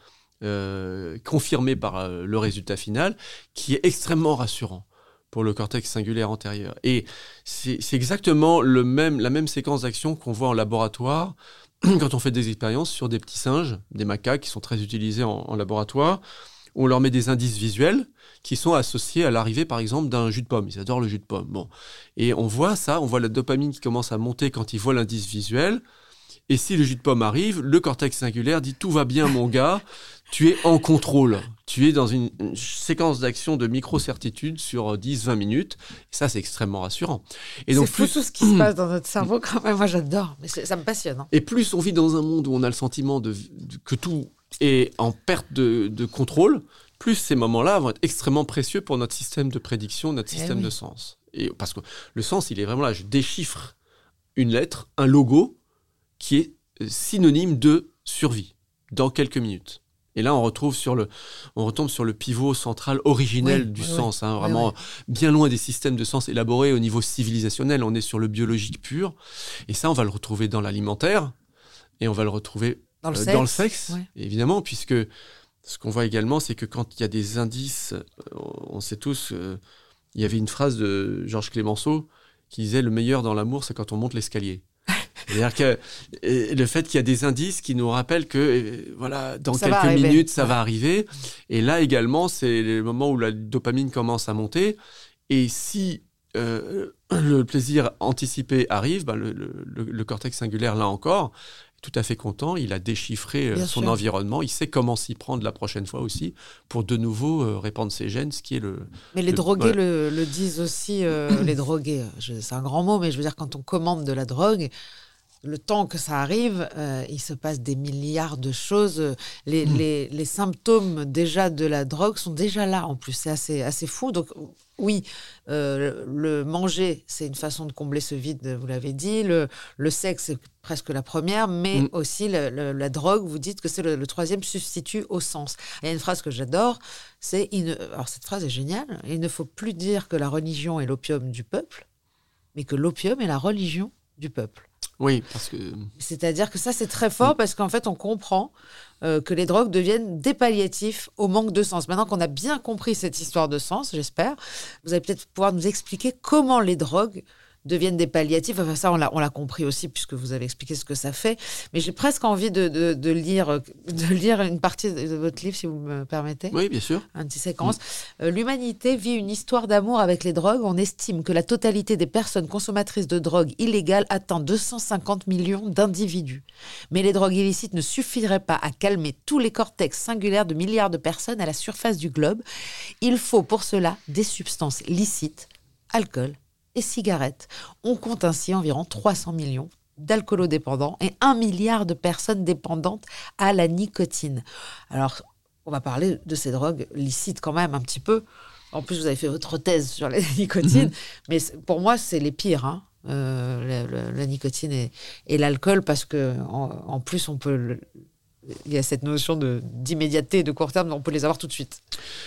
euh, confirmés par euh, le résultat final, qui est extrêmement rassurant pour le cortex singulaire antérieur. Et c'est, c'est exactement le même, la même séquence d'action qu'on voit en laboratoire quand on fait des expériences sur des petits singes, des macaques qui sont très utilisés en, en laboratoire. On leur met des indices visuels qui sont associés à l'arrivée, par exemple, d'un jus de pomme. Ils adorent le jus de pomme. Bon. Et on voit ça, on voit la dopamine qui commence à monter quand ils voient l'indice visuel. Et si le jus de pomme arrive, le cortex singulaire dit « Tout va bien, mon gars, tu es en contrôle. Tu es dans une, une séquence d'action de micro-certitude sur dix à vingt minutes. » Et ça, c'est extrêmement rassurant. Et donc, c'est fou plus... tout ce qui se passe dans notre cerveau quand même. Moi, j'adore. Mais ça me passionne. Hein. Et plus on vit dans un monde où on a le sentiment de, de, que tout est en perte de, de contrôle, plus ces moments-là vont être extrêmement précieux pour notre système de prédiction, notre système eh oui. de sens. Et parce que le sens, il est vraiment là. Je déchiffre une lettre, un logo, qui est synonyme de survie dans quelques minutes. Et là, on retrouve sur le, on retombe sur le pivot central originel oui, du oui, sens, hein, vraiment oui, oui. bien loin des systèmes de sens élaborés au niveau civilisationnel. On est sur le biologique pur. Et ça, on va le retrouver dans l'alimentaire et on va le retrouver dans le euh, sexe, dans le sexe oui. évidemment, puisque ce qu'on voit également, c'est que quand il y a des indices, on sait tous, euh, il y avait une phrase de Georges Clemenceau qui disait « Le meilleur dans l'amour, c'est quand on monte l'escalier ». C'est-à-dire que euh, le fait qu'il y a des indices qui nous rappellent que euh, voilà, dans Ça va quelques arriver. minutes, ça Ouais. va arriver. Et là également, c'est le moment où la dopamine commence à monter. Et si euh, le plaisir anticipé arrive, ben le, le, le, le cortex singulaire, là encore, est tout à fait content. Il a déchiffré euh, Bien son sûr. environnement. Il sait comment s'y prendre la prochaine fois aussi pour de nouveau euh, répandre ses gènes, ce qui est le... Mais les Le- drogués voilà. le, le disent aussi, euh, les drogués, je- c'est un grand mot, mais je veux dire, quand on commande de la drogue, le temps que ça arrive, euh, il se passe des milliards de choses. Les, Mm. les, les symptômes déjà de la drogue sont déjà là, en plus. C'est assez, assez fou. Donc, oui, euh, le manger, c'est une façon de combler ce vide, vous l'avez dit. Le, le sexe, c'est presque la première, mais Mm. aussi le- le- la drogue, vous dites que c'est le, le troisième substitut au sens. Il y a une phrase que j'adore, c'est... il ne- Alors, cette phrase est géniale. Il ne faut plus dire que la religion est l'opium du peuple, mais que l'opium est la religion du peuple. Oui, parce que... C'est-à-dire que ça, c'est très fort parce qu'en fait, on comprend euh, que les drogues deviennent des palliatifs au manque de sens. Maintenant qu'on a bien compris cette histoire de sens, j'espère, vous allez peut-être pouvoir nous expliquer comment les drogues deviennent des palliatifs. Enfin, ça, on l'a, on l'a compris aussi puisque vous avez expliqué ce que ça fait. Mais j'ai presque envie de, de, de, lire, de lire une partie de votre livre, si vous me permettez. Oui, bien sûr. Un petit séquence. Euh, L'humanité vit une histoire d'amour avec les drogues. On estime que la totalité des personnes consommatrices de drogues illégales atteint deux cent cinquante millions d'individus. Mais les drogues illicites ne suffiraient pas à calmer tous les cortex singulaires de milliards de personnes à la surface du globe. Il faut pour cela des substances licites, alcool et cigarettes. On compte ainsi environ trois cents millions d'alcoolodépendants et un milliard de personnes dépendantes à la nicotine. Alors, on va parler de ces drogues licites quand même un petit peu. En plus, vous avez fait votre thèse sur la nicotine, mm-hmm. mais pour moi, c'est les pires, hein, euh, la, la, la nicotine et, et l'alcool, parce que en, en plus, on peut, le, il y a cette notion de, d'immédiateté et de court terme, on peut les avoir tout de suite.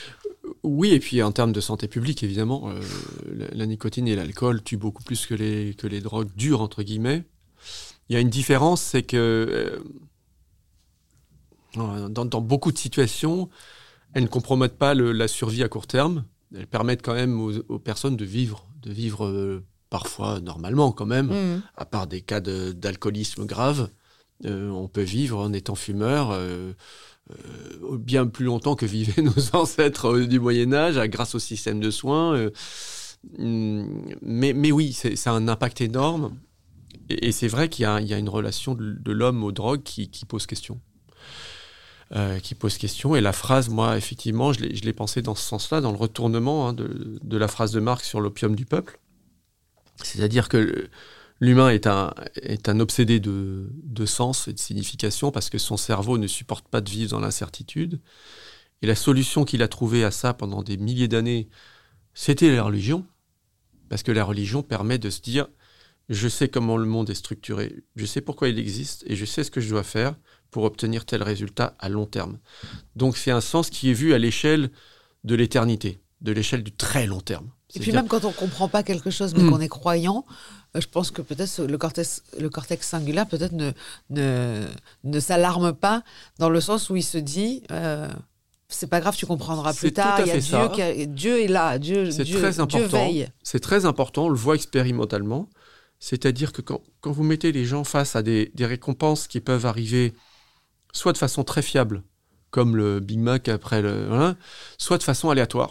Oui, et puis en termes de santé publique, évidemment, euh, la, la nicotine et l'alcool tuent beaucoup plus que les, que les drogues dures, entre guillemets. Il y a une différence, c'est que euh, dans, dans beaucoup de situations, elles ne compromettent pas le, la survie à court terme. Elles permettent quand même aux, aux personnes de vivre, de vivre euh, parfois normalement quand même, mmh. à part des cas de, d'alcoolisme grave. Euh, on peut vivre en étant fumeur euh, euh, bien plus longtemps que vivaient nos ancêtres euh, du Moyen-Âge, grâce au système de soins. Euh, mais, mais oui, c'est, ça a un impact énorme. Et, et c'est vrai qu'il y a, il y a une relation de, de l'homme aux drogues qui, qui pose question. Euh, qui pose question. Et la phrase, moi, effectivement, je l'ai, je l'ai pensée dans ce sens-là, dans le retournement hein, de, de la phrase de Marx sur l'opium du peuple. C'est-à-dire que l'humain est un, est un obsédé de, de sens et de signification parce que son cerveau ne supporte pas de vivre dans l'incertitude. Et la solution qu'il a trouvée à ça pendant des milliers d'années, c'était la religion. Parce que la religion permet de se dire, je sais comment le monde est structuré, je sais pourquoi il existe et je sais ce que je dois faire pour obtenir tel résultat à long terme. Donc c'est un sens qui est vu à l'échelle de l'éternité, de l'échelle du très long terme. Et puis même quand on ne comprend pas quelque chose, mais mmh. qu'on est croyant, euh, je pense que peut-être le cortex, le cortex singulaire peut-être ne, ne, ne s'alarme pas dans le sens où il se dit euh, c'est pas grave, tu comprendras plus c'est tard, il y a Dieu, qui a, Dieu est là, Dieu, c'est Dieu, très important, Dieu veille. C'est très important, on le voit expérimentalement, c'est-à-dire que quand, quand vous mettez les gens face à des, des récompenses qui peuvent arriver soit de façon très fiable, comme le Big Mac après le... Hein, soit de façon aléatoire.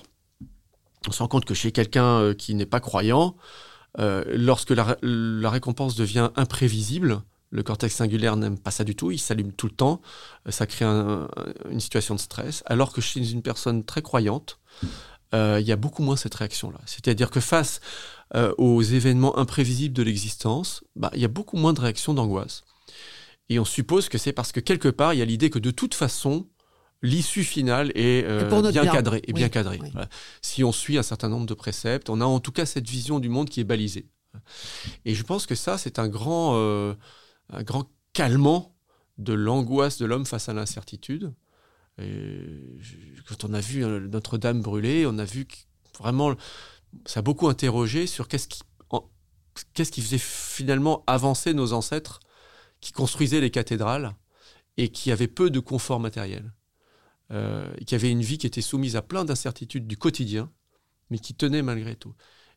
On se rend compte que chez quelqu'un euh, qui n'est pas croyant, euh, lorsque la, la récompense devient imprévisible, le cortex singulaire n'aime pas ça du tout, il s'allume tout le temps, euh, ça crée un, une situation de stress, alors que chez une personne très croyante, euh, il y a beaucoup moins cette réaction-là. C'est-à-dire que face euh, aux événements imprévisibles de l'existence, bah, il y a beaucoup moins de réactions d'angoisse. Et on suppose que c'est parce que quelque part, il y a l'idée que de toute façon, l'issue finale est euh, bien, bien cadrée. Et oui, bien cadrée. Oui. Voilà. Si on suit un certain nombre de préceptes, on a en tout cas cette vision du monde qui est balisée. Et je pense que ça, c'est un grand, euh, un grand calmant de l'angoisse de l'homme face à l'incertitude. Et quand on a vu Notre-Dame brûler, on a vu que vraiment, ça a beaucoup interrogé sur qu'est-ce qui, en, qu'est-ce qui faisait finalement avancer nos ancêtres qui construisaient les cathédrales et qui avaient peu de confort matériel. Euh, qui avait une vie qui était soumise à plein d'incertitudes du quotidien, mais qui tenait malgré tout.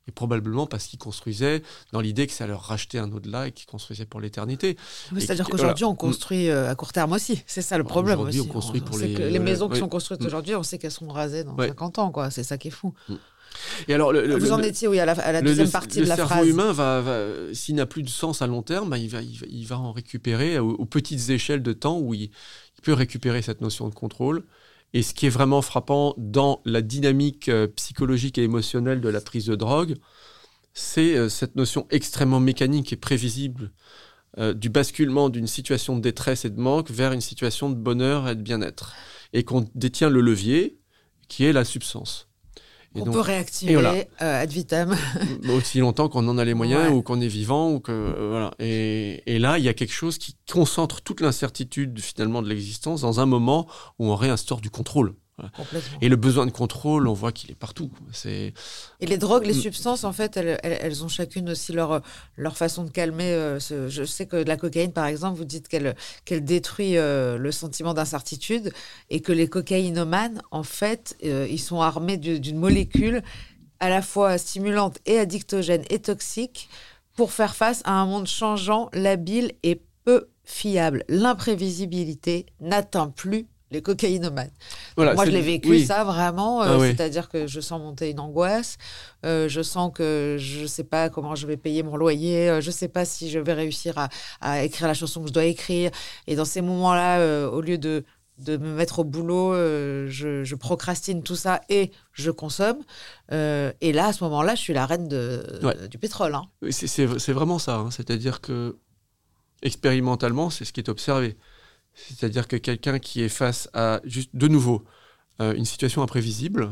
Et probablement parce qu'ils construisaient dans l'idée que ça leur rachetait un au-delà et qu'ils construisaient pour l'éternité. Oui, c'est-à-dire qui, qu'aujourd'hui, voilà. on construit euh, à court terme aussi. C'est ça le problème aujourd'hui, aussi. on construit on, pour on les... sait que les maisons ouais. qui sont construites aujourd'hui, on sait qu'elles seront rasées dans ouais. cinquante ans. Quoi. C'est ça qui est fou. Et alors, le, le, Vous en le, étiez, oui, à la, à la le, deuxième le, partie le de la cerveau phrase. humain, va, va, s'il n'a plus de sens à long terme, bah, il, va, il, va, il va en récupérer aux, aux petites échelles de temps où il, il peut récupérer cette notion de contrôle. Et ce qui est vraiment frappant dans la dynamique euh, psychologique et émotionnelle de la prise de drogue, c'est euh, cette notion extrêmement mécanique et prévisible euh, du basculement d'une situation de détresse et de manque vers une situation de bonheur et de bien-être. Et qu'on détient le levier qui est la substance. Et on donc, peut réactiver voilà. euh, ad vitam. Aussi longtemps qu'on en a les moyens Ouais. ou qu'on est vivant. Ou que, euh, voilà. et, et là, il y a quelque chose qui concentre toute l'incertitude finalement de l'existence dans un moment où on réinstaure du contrôle. Voilà. Complètement. Et le besoin de contrôle, on voit qu'il est partout. C'est... Et les drogues, les Mm. substances, en fait, elles, elles, elles ont chacune aussi leur, leur façon de calmer. Euh, ce, je sais que la cocaïne, par exemple, vous dites qu'elle, qu'elle détruit euh, le sentiment d'incertitude et que les cocaïnomanes, en fait, euh, ils sont armés du, d'une molécule à la fois stimulante et addictogène et toxique pour faire face à un monde changeant, labile et peu fiable. L'imprévisibilité n'atteint plus les cocaïnomanes. Voilà, Moi, c'est- je l'ai vécu, oui. ça, vraiment. Euh, Ah oui. C'est-à-dire que je sens monter une angoisse. Euh, je sens que je ne sais pas comment je vais payer mon loyer. Euh, je ne sais pas si je vais réussir à, à écrire la chanson que je dois écrire. Et dans ces moments-là, euh, au lieu de, de me mettre au boulot, euh, je, je procrastine tout ça et je consomme. Euh, et là, à ce moment-là, je suis la reine de, Ouais. du pétrole. Hein. C'est, c'est, c'est vraiment ça. Hein. C'est-à-dire que, expérimentalement, c'est ce qui est observé. C'est-à-dire que quelqu'un qui est face à, juste de nouveau, euh, une situation imprévisible,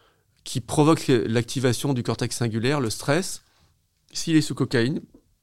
qui provoque l'activation du cortex singulaire, le stress, s'il est sous cocaïne,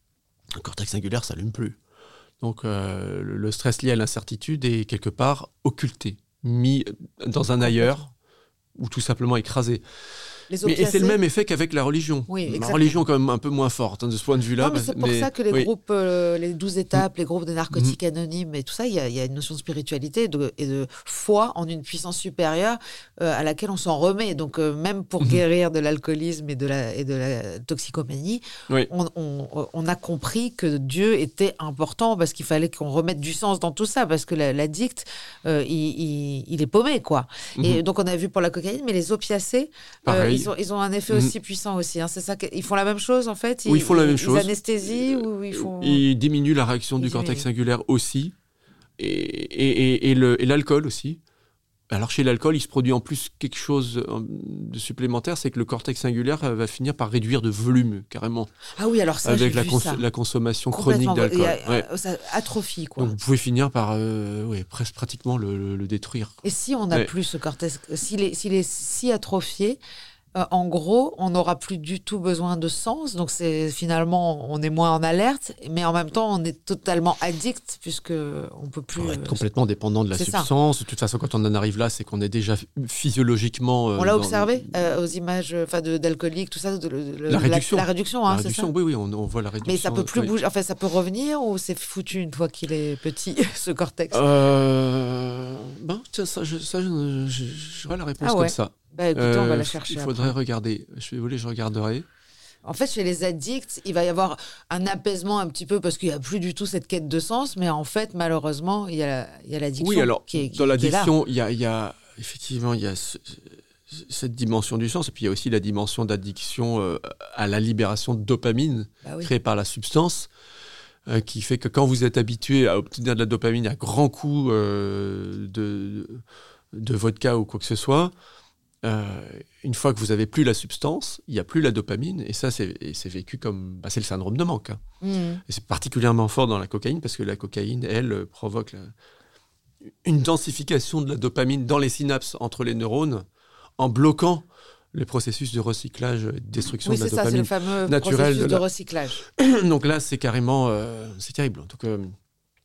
le cortex singulaire ne s'allume plus. Donc euh, le stress lié à l'incertitude est quelque part occulté, mis dans un ailleurs, ou tout simplement écrasé. Les Mais, et opiacés- c'est le même effet qu'avec la religion. Oui, la exactement. religion est quand même un peu moins forte hein, de ce point de vue-là. Non, mais c'est pour mais- ça que les oui. groupes, euh, les douze étapes, les groupes de narcotiques anonymes et tout ça, il y, a- il y a une notion de spiritualité et de, et de foi en une puissance supérieure euh, à laquelle on s'en remet. Donc, euh, même pour Mhm. guérir de l'alcoolisme et de la, et de la toxicomanie, Oui. on, on- on a compris que Dieu était important parce qu'il fallait qu'on remette du sens dans tout ça parce que la- l'addict, euh, il, il- il est paumé, quoi. Et Mhm. donc, on a vu pour la cocaïne, mais les opiacés, euh, Pareil. ils, ont, ils ont un effet Mhm. aussi puissant aussi. Hein. C'est ça que- ils font la même chose, en fait. Oui, ils font la même Ils chose. anesthésient ou ils font... Il diminue la réaction Ils du cortex diminuent. singulaire aussi, et, et, et, et le, et l'alcool aussi. Alors chez l'alcool, il se produit en plus quelque chose euh, de supplémentaire, c'est que le cortex singulaire euh, va finir par réduire de volume, carrément, Ah oui, alors ça, j'ai avec la, vu cons- ça. la consommation chronique Complètement. d'alcool. Il y a- Ouais. euh, Ça atrophie, quoi. Donc vous pouvez finir par euh, ouais, presque pratiquement le, le- le détruire. Et si on n'a Ouais. plus ce cortex, s'il est, s'il est si atrophié, euh, en gros, on n'aura plus du tout besoin de sens. Donc, c'est finalement, on est moins en alerte, mais en même temps, on est totalement addict puisque on peut plus. On va euh, être complètement dépendant de la c'est ça. substance. De toute façon, quand on en arrive là, c'est qu'on est déjà physiologiquement... euh, On l'a dans- observé euh, aux images, enfin, de, d'alcooliques, tout ça, de, de- de- La réduction. la, réduction, La hein, réduction, c'est ça. oui, oui, on, on voit la réduction. Mais ça peut plus oui. bouger. Enfin, ça peut revenir ou c'est foutu une fois qu'il est petit, ce cortex. Euh... Ben, tiens, ça, je, ça, je- je- j'aurais la réponse Ah ouais. comme ça. Bah, écoutez, on va Euh, la chercher. Il faudrait après. regarder. Je suis désolé, je regarderai. En fait, chez les addicts, il va y avoir un apaisement un petit peu parce qu'il n'y a plus du tout cette quête de sens, mais en fait, malheureusement, il y a, la- il y a l'addiction Oui, alors, qui est, qui- dans qui est là. l'addiction, il y a, il y a effectivement il y a ce- cette dimension du sens, et puis il y a aussi la dimension d'addiction euh, à la libération de dopamine Bah oui. créée par la substance, euh, qui fait que quand vous êtes habitué à obtenir de la dopamine à grands coups euh, de, de vodka ou quoi que ce soit, euh, une fois que vous n'avez plus la substance, il n'y a plus la dopamine, et ça, c'est, et c'est vécu comme... Bah, c'est le syndrome de manque. Hein. Mmh. Et c'est particulièrement fort dans la cocaïne, parce que la cocaïne, elle, euh, provoque la- une densification de la dopamine dans les synapses entre les neurones, en bloquant le processus de recyclage et de destruction Oui, de la c'est ça, c'est le dopamine. fameux naturelle processus de de, la- recyclage. Donc là, c'est carrément... euh, c'est terrible. Donc, euh,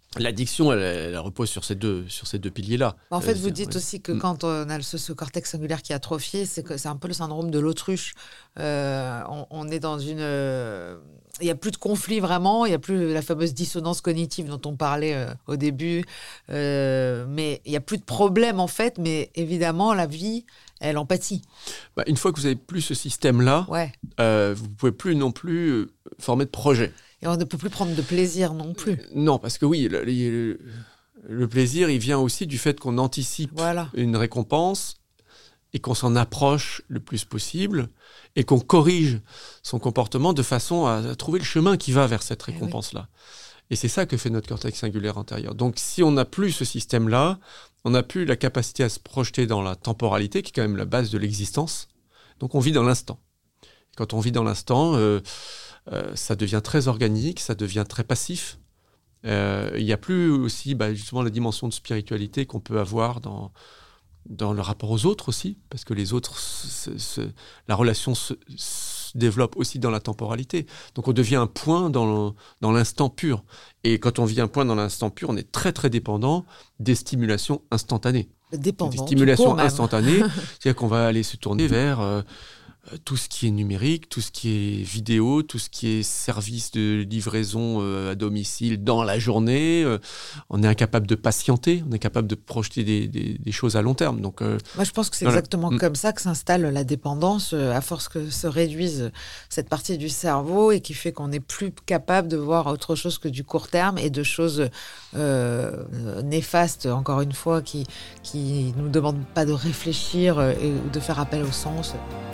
L'addiction, elle, elle repose sur ces deux, sur ces deux piliers-là. En fait, Euh, vous c'est- dites ouais. aussi que Mm. quand on a ce, ce cortex singulaire qui est atrophié, c'est que c'est un peu le syndrome de l'autruche. Euh, on, on est dans une... euh, il n'y a plus de conflit vraiment, il n'y a plus la fameuse dissonance cognitive dont on parlait euh, au début. Euh, mais il n'y a plus de problème en fait, mais évidemment, la vie, elle en pâtit. Bah, une fois que vous n'avez plus ce système-là, Ouais. euh, vous ne pouvez plus non plus euh, former de projet. Et on ne peut plus prendre de plaisir non plus. Non, parce que oui, le, le- le plaisir, il vient aussi du fait qu'on anticipe Voilà. une récompense et qu'on s'en approche le plus possible et qu'on corrige son comportement de façon à, à trouver le chemin qui va vers cette Eh oui. récompense-là. Et c'est ça que fait notre cortex singulaire antérieur. Donc si on n'a plus ce système-là, on n'a plus la capacité à se projeter dans la temporalité, qui est quand même la base de l'existence. Donc on vit dans l'instant. Quand on vit dans l'instant, euh, euh, ça devient très organique, ça devient très passif. Euh, Il n'y a plus aussi bah, justement la dimension de spiritualité qu'on peut avoir dans, dans le rapport aux autres aussi, parce que les autres, se- se- la relation se, se développe aussi dans la temporalité. Donc on devient un point dans le- dans l'instant pur. Et quand on vit un point dans l'instant pur, on est très très dépendant des stimulations instantanées. Dépendant. Des tout stimulations court, même. instantanées, c'est-à-dire qu'on va aller se tourner vers euh, euh, tout ce qui est numérique, tout ce qui est vidéo, tout ce qui est service de livraison euh, à domicile dans la journée. Euh, on est incapable de patienter, on est capable de projeter des, des- des choses à long terme. Donc, euh, Moi, je pense que c'est Voilà. exactement Mm. comme ça que s'installe la dépendance, euh, à force que se réduise cette partie du cerveau et qui fait qu'on n'est plus capable de voir autre chose que du court terme et de choses euh, euh, néfastes, encore une fois, qui qui nous demandent pas de réfléchir euh, et ou de faire appel au sens.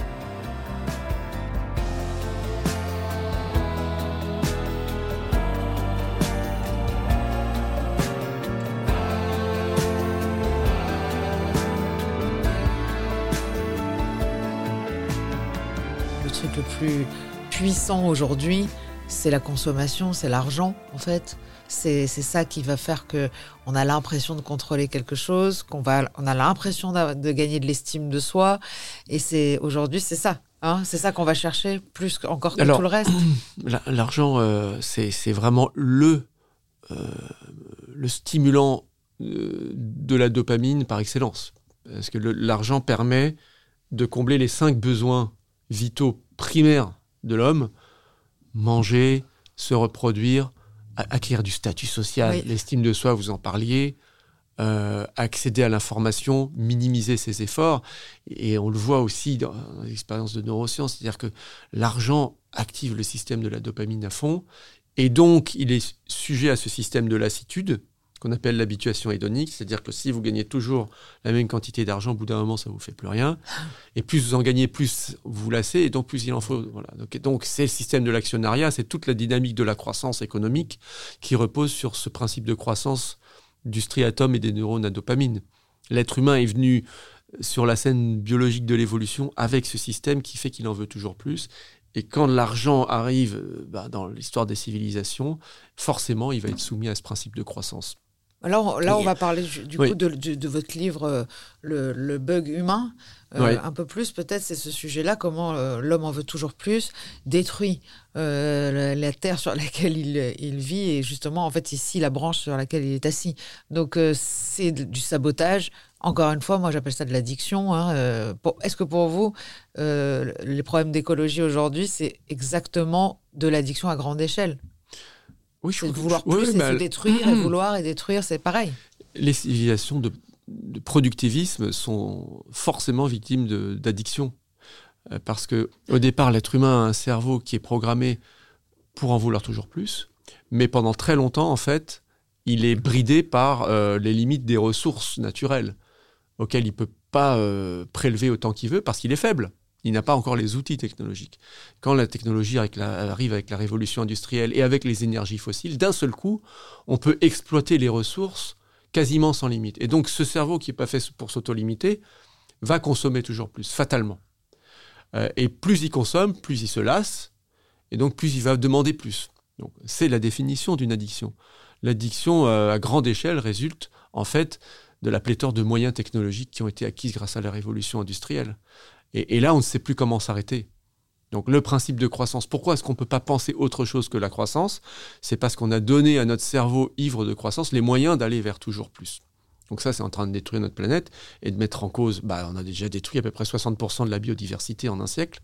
Le truc le plus puissant aujourd'hui, c'est la consommation, c'est l'argent, en fait. C'est c'est ça qui va faire que on a l'impression de contrôler quelque chose, qu'on va, on a l'impression d'a- de gagner de l'estime de soi. Et c'est aujourd'hui, c'est ça. Hein, c'est ça qu'on va chercher plus que- encore que Alors, tout le reste. la- l'argent, euh, c'est c'est vraiment le, euh, le stimulant euh, de la dopamine par excellence. Parce que le- l'argent permet de combler les cinq besoins vitaux primaires de l'homme: manger, se reproduire, a- acquérir du statut social, Oui. l'estime de soi, vous en parliez, euh, accéder à l'information, minimiser ses efforts. Et on le voit aussi dans l'expérience de neurosciences, c'est-à-dire que l'argent active le système de la dopamine à fond, et donc il est sujet à ce système de lassitude, qu'on appelle l'habituation hédonique, c'est-à-dire que si vous gagnez toujours la même quantité d'argent, au bout d'un moment, ça ne vous fait plus rien. Et plus vous en gagnez, plus vous vous lassez, et donc plus il en faut. Voilà. Donc, et donc c'est le système de l'actionnariat, c'est toute la dynamique de la croissance économique qui repose sur ce principe de croissance du striatum et des neurones à dopamine. L'être humain est venu sur la scène biologique de l'évolution avec ce système qui fait qu'il en veut toujours plus. Et quand l'argent arrive euh, bah, dans l'histoire des civilisations, forcément, il va être soumis à ce principe de croissance. Là, on, là, on Et- va parler du, du Oui. coup de, de- de votre livre, euh, le, le bug humain. Euh, Ouais. Un peu plus, peut-être, c'est ce sujet-là, comment euh, l'homme en veut toujours plus, détruit euh, la, la terre sur laquelle il, il vit et justement, en fait, ici, la branche sur laquelle il est assis. Donc, euh, c'est de- du sabotage. Encore une fois, moi, j'appelle ça de l'addiction. Hein. Euh, pour- Est-ce que pour vous, euh, les problèmes d'écologie aujourd'hui, c'est exactement de l'addiction à grande échelle? Oui, je C'est de trouve- vouloir oui, plus et bah, se détruire et vouloir et détruire, c'est pareil. les civilisations de, de productivisme sont forcément victimes de- d'addiction. Euh, Parce que au départ, l'être humain a un cerveau qui est programmé pour en vouloir toujours plus, mais pendant très longtemps, en fait, il est bridé par euh, les limites des ressources naturelles, auxquelles il ne peut pas euh, prélever autant qu'il veut parce qu'il est faible. Il n'a pas encore les outils technologiques. Quand la technologie avec la- arrive avec la révolution industrielle et avec les énergies fossiles, d'un seul coup, on peut exploiter les ressources quasiment sans limite. Et donc, ce cerveau qui n'est pas fait pour s'auto-limiter va consommer toujours plus, fatalement. Euh, et plus il consomme, plus il se lasse, et donc plus il va demander plus. Donc, c'est la définition d'une addiction. L'addiction euh, à grande échelle résulte, en fait, de la pléthore de moyens technologiques qui ont été acquis grâce à la révolution industrielle. Et, et là, on ne sait plus comment s'arrêter. Donc le principe de croissance, pourquoi est-ce qu'on ne peut pas penser autre chose que la croissance ? C'est parce qu'on a donné à notre cerveau ivre de croissance les moyens d'aller vers toujours plus. Donc ça, c'est en train de détruire notre planète et de mettre en cause, bah, on a déjà détruit à peu près soixante pour cent de la biodiversité en un siècle.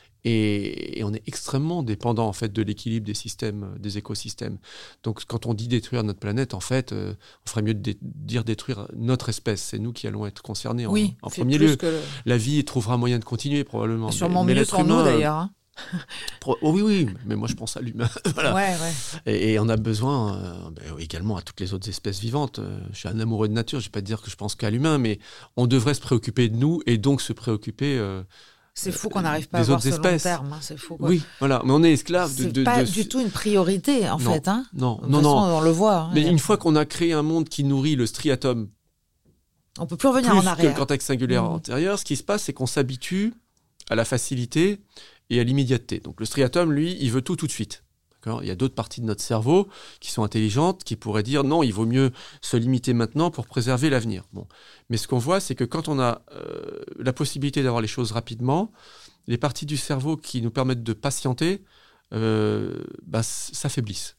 Et, et on est extrêmement dépendant en fait de l'équilibre des systèmes, des écosystèmes. Donc quand on dit détruire notre planète, en fait, euh, on ferait mieux de dé- dire détruire notre espèce. C'est nous qui allons être concernés en, Oui, en c'est premier plus lieu. que le- La vie trouvera moyen de continuer probablement. Et sûrement mais, mais mieux l'être sans nous humain, d'ailleurs. hein. pro- oh oui, oui, mais moi je pense à l'humain. Voilà. Ouais, ouais. Et, et on a besoin euh, ben, également à toutes les autres espèces vivantes. Euh, je suis un amoureux de nature, je ne vais pas dire que je pense qu'à l'humain, mais on devrait se préoccuper de nous et donc se préoccuper... Euh, C'est fou qu'on n'arrive pas à des voir autres ce espèces. long terme. hein, C'est fou. Quoi. Oui, voilà, mais on est esclave de... C'est de, pas de- du tout une priorité en Non, fait. Hein. non, De toute non, façon, non. on le voit. hein. Mais une fois qu'on a créé un monde qui nourrit le striatum On peut plus revenir plus en que le arrière. cortex singulaire Mmh. antérieur, ce qui se passe, c'est qu'on s'habitue à la facilité et à l'immédiateté. Donc le striatum, lui, il veut tout tout de suite. D'accord ? Il y a d'autres parties de notre cerveau qui sont intelligentes, qui pourraient dire non, il vaut mieux se limiter maintenant pour préserver l'avenir. Bon. Mais ce qu'on voit, c'est que quand on a euh, la possibilité d'avoir les choses rapidement, les parties du cerveau qui nous permettent de patienter euh, bah, s'affaiblissent.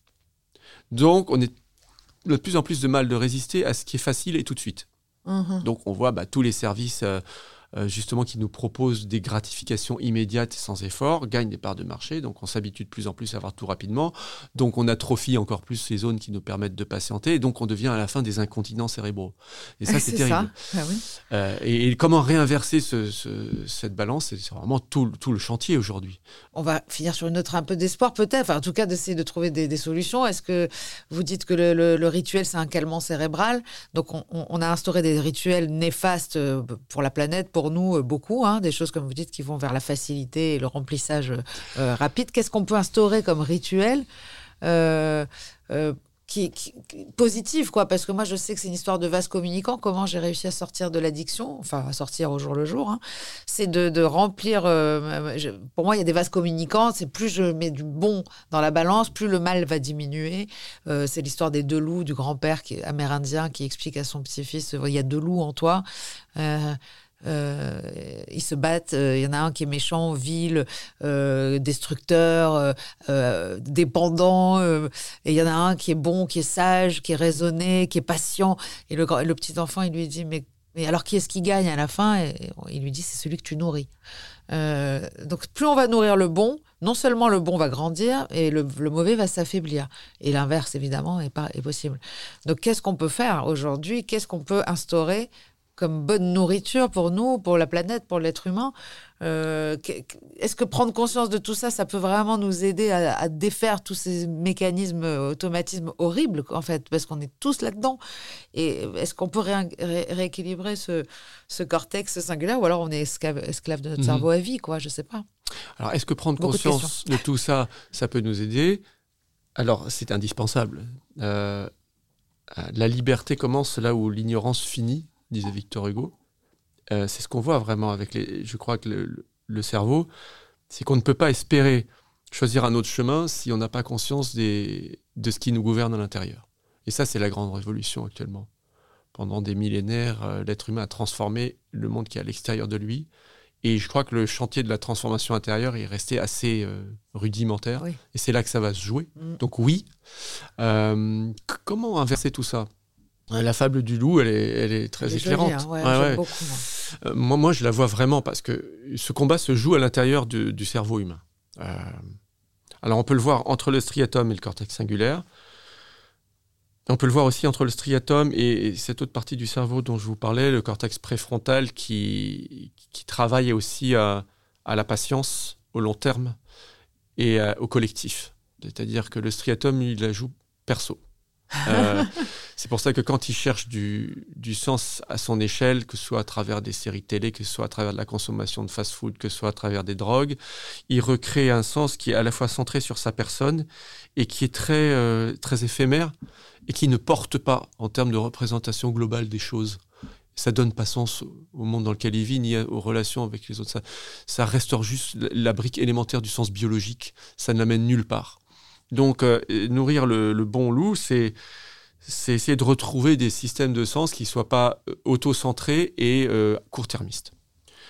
Donc on est de plus en plus de mal de résister à ce qui est facile et tout de suite. Mhm. Donc on voit bah, tous les services euh, euh, justement qui nous proposent des gratifications immédiates et sans effort, gagnent des parts de marché, donc on s'habitue de plus en plus à avoir tout rapidement, donc on atrophie encore plus les zones qui nous permettent de patienter, et donc on devient à la fin des incontinents cérébraux. Et ça, c'est, c'est terrible. ça. Ah oui. Euh, et, et comment réinverser ce, ce- cette balance, c'est, c'est vraiment tout, le- tout le chantier aujourd'hui. On va finir sur une note un peu d'espoir peut-être, enfin, en tout cas d'essayer de trouver des, des solutions. Est-ce que vous dites que le, le- le rituel c'est un calmant cérébral, donc on, on- on a instauré des rituels néfastes euh, pour la planète, pour nous euh, beaucoup, hein, des choses comme vous dites qui vont vers la facilité et le remplissage euh, rapide. Qu'est-ce qu'on peut instaurer comme rituel euh, euh, qui, qui, qui- positif, quoi, parce que moi je sais que c'est une histoire de vase communicant. Comment j'ai réussi à sortir de l'addiction, enfin à sortir au jour le jour, hein, c'est de, de remplir. euh, je- pour moi, il y a des vases communicants. C'est plus je mets du bon dans la balance, plus le mal va diminuer. Euh, c'est l'histoire des deux loups, du grand-père qui est amérindien qui explique à son petit-fils il y a deux loups en toi. Euh, Euh, ils se battent. Il euh, y en a un qui est méchant, vil, euh, destructeur, euh, euh, dépendant. Euh, et il y en a un qui est bon, qui est sage, qui est raisonné, qui est patient. Et le, grand- le petit enfant, il lui dit mais, mais alors qui est-ce qui gagne à la fin ? Et il lui dit c'est celui que tu nourris. Euh, donc plus on va nourrir le bon, non seulement le bon va grandir et le, le mauvais va s'affaiblir. Et l'inverse, évidemment, est, pas, est possible. Donc qu'est-ce qu'on peut faire aujourd'hui ? Qu'est-ce qu'on peut instaurer comme bonne nourriture pour nous, pour la planète, pour l'être humain. Euh, est-ce que prendre conscience de tout ça, ça peut vraiment nous aider à, à défaire tous ces mécanismes, automatismes horribles, en fait, parce qu'on est tous là-dedans. Et est-ce qu'on peut ré- ré- rééquilibrer ce, ce cortex singulaire, ou alors on est esclave, esclave de notre mmh. cerveau à vie, quoi, je sais pas. Alors, est-ce que prendre Beaucoup conscience de, de tout ça, ça peut nous aider ? Alors, c'est indispensable. Euh, la liberté commence là où l'ignorance finit, disait Victor Hugo. Euh, c'est ce qu'on voit vraiment avec les... Je crois que le, le cerveau, c'est qu'on ne peut pas espérer choisir un autre chemin si on n'a pas conscience des, de ce qui nous gouverne à l'intérieur. Et ça, c'est la grande révolution actuellement. Pendant des millénaires, euh, l'être humain a transformé le monde qui est à l'extérieur de lui. Et je crois que le chantier de la transformation intérieure est resté assez euh, rudimentaire. Oui. Et c'est là que ça va se jouer. Mmh. Donc oui. Euh, c- comment inverser tout ça ? La fable du loup, elle est, elle est très elle est éclairante. Jolie, hein, ouais, ouais, j'aime ouais. beaucoup, moi. Euh, moi, moi, je la vois vraiment parce que ce combat se joue à l'intérieur du, du cerveau humain. Euh, alors, on peut le voir entre le striatum et le cortex singulaire. On peut le voir aussi entre le striatum et, et cette autre partie du cerveau dont je vous parlais, le cortex préfrontal, qui, qui travaille aussi à, à la patience, au long terme et à, au collectif. C'est-à-dire que le striatum, il la joue perso. Euh, c'est pour ça que quand il cherche du, du sens à son échelle, que ce soit à travers des séries télé, que ce soit à travers de la consommation de fast-food, que ce soit à travers des drogues, il recrée un sens qui est à la fois centré sur sa personne et qui est très, euh, très éphémère et qui ne porte pas en termes de représentation globale des choses. Ça donne pas sens au monde dans lequel il vit, ni aux relations avec les autres. Ça, ça restaure juste la brique élémentaire du sens biologique. Ça ne l'amène nulle part. Donc, euh, nourrir le, le bon loup, c'est, c'est essayer de retrouver des systèmes de sens qui ne soient pas euh, auto-centrés et euh, court-termistes.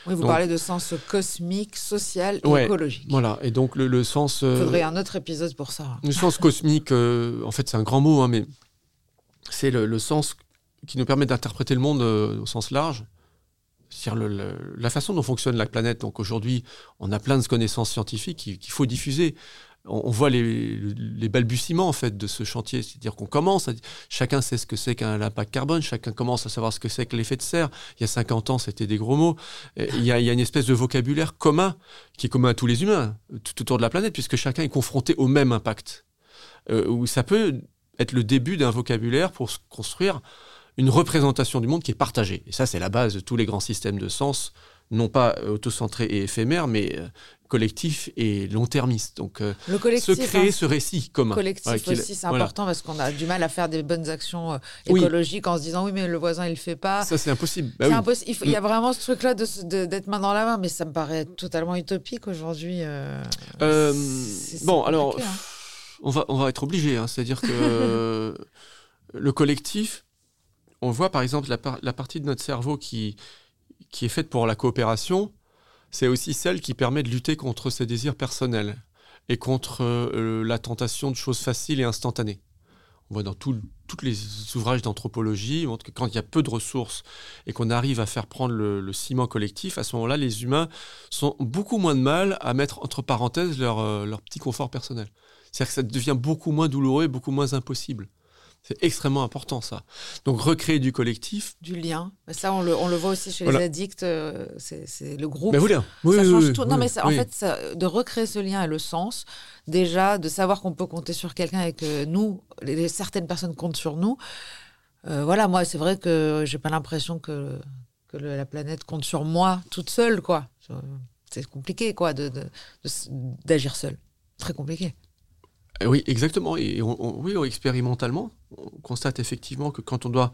Oui, vous donc, parlez de sens cosmique, social et ouais, écologique. Voilà, et donc le, le sens... Il euh, faudrait un autre épisode pour ça. Le sens cosmique, euh, en fait, c'est un grand mot, hein, mais c'est le, le sens qui nous permet d'interpréter le monde euh, au sens large. C'est-à-dire le, le, la façon dont fonctionne la planète. Donc aujourd'hui, on a plein de connaissances scientifiques qu'il, qu'il faut diffuser. On, on voit les, les balbutiements en fait de ce chantier, c'est-à-dire qu'on commence, à, chacun sait ce que c'est qu'un impact carbone, chacun commence à savoir ce que c'est que l'effet de serre. Il y a cinquante ans, c'était des gros mots. Et il, y a, il y a une espèce de vocabulaire commun qui est commun à tous les humains, tout autour de la planète, puisque chacun est confronté au même impact. Euh, où ça peut être le début d'un vocabulaire pour se construire une représentation du monde qui est partagée. Et ça, c'est la base de tous les grands systèmes de sens, non pas autocentrés et éphémères, mais euh, collectifs et long-termistes. Donc, euh, le collectif, se créer hein, ce récit commun. Collectif voilà, aussi, c'est voilà. important parce qu'on a du mal à faire des bonnes actions euh, écologiques oui. en se disant oui, mais le voisin, il le fait pas. Ça, c'est impossible. Bah, c'est oui. impossible. Il, faut, il y a vraiment ce truc-là de, de, d'être main dans la main, mais ça me paraît totalement utopique aujourd'hui. Euh, euh, c'est, c'est bon, alors, hein. on, va, on va être obligé. Hein, c'est-à-dire que euh, le collectif, on voit par exemple la, par- la partie de notre cerveau qui, qui est faite pour la coopération, c'est aussi celle qui permet de lutter contre ses désirs personnels et contre euh, la tentation de choses faciles et instantanées. On voit dans tous les ouvrages d'anthropologie, on montre que quand il y a peu de ressources et qu'on arrive à faire prendre le, le ciment collectif, à ce moment-là, les humains sont beaucoup moins de mal à mettre entre parenthèses leur, euh, leur petit confort personnel. C'est-à-dire que ça devient beaucoup moins douloureux et beaucoup moins impossible. C'est extrêmement important, ça. Donc, recréer du collectif. Du lien. Ça, on le, on le voit aussi chez voilà. les addicts. Euh, c'est, c'est le groupe. Mais vous lire. Oui, ça oui, change oui, tout. Oui, non, mais ça, oui. en fait, ça, de recréer ce lien et le sens, déjà, de savoir qu'on peut compter sur quelqu'un et que nous, les, certaines personnes comptent sur nous. Euh, voilà, moi, c'est vrai que j'ai pas l'impression que, que le, la planète compte sur moi toute seule, quoi. C'est compliqué, quoi, de, de, de, d'agir seul. Très compliqué. Oui, exactement. Et on, on, oui, expérimentalement, on constate effectivement que quand on doit,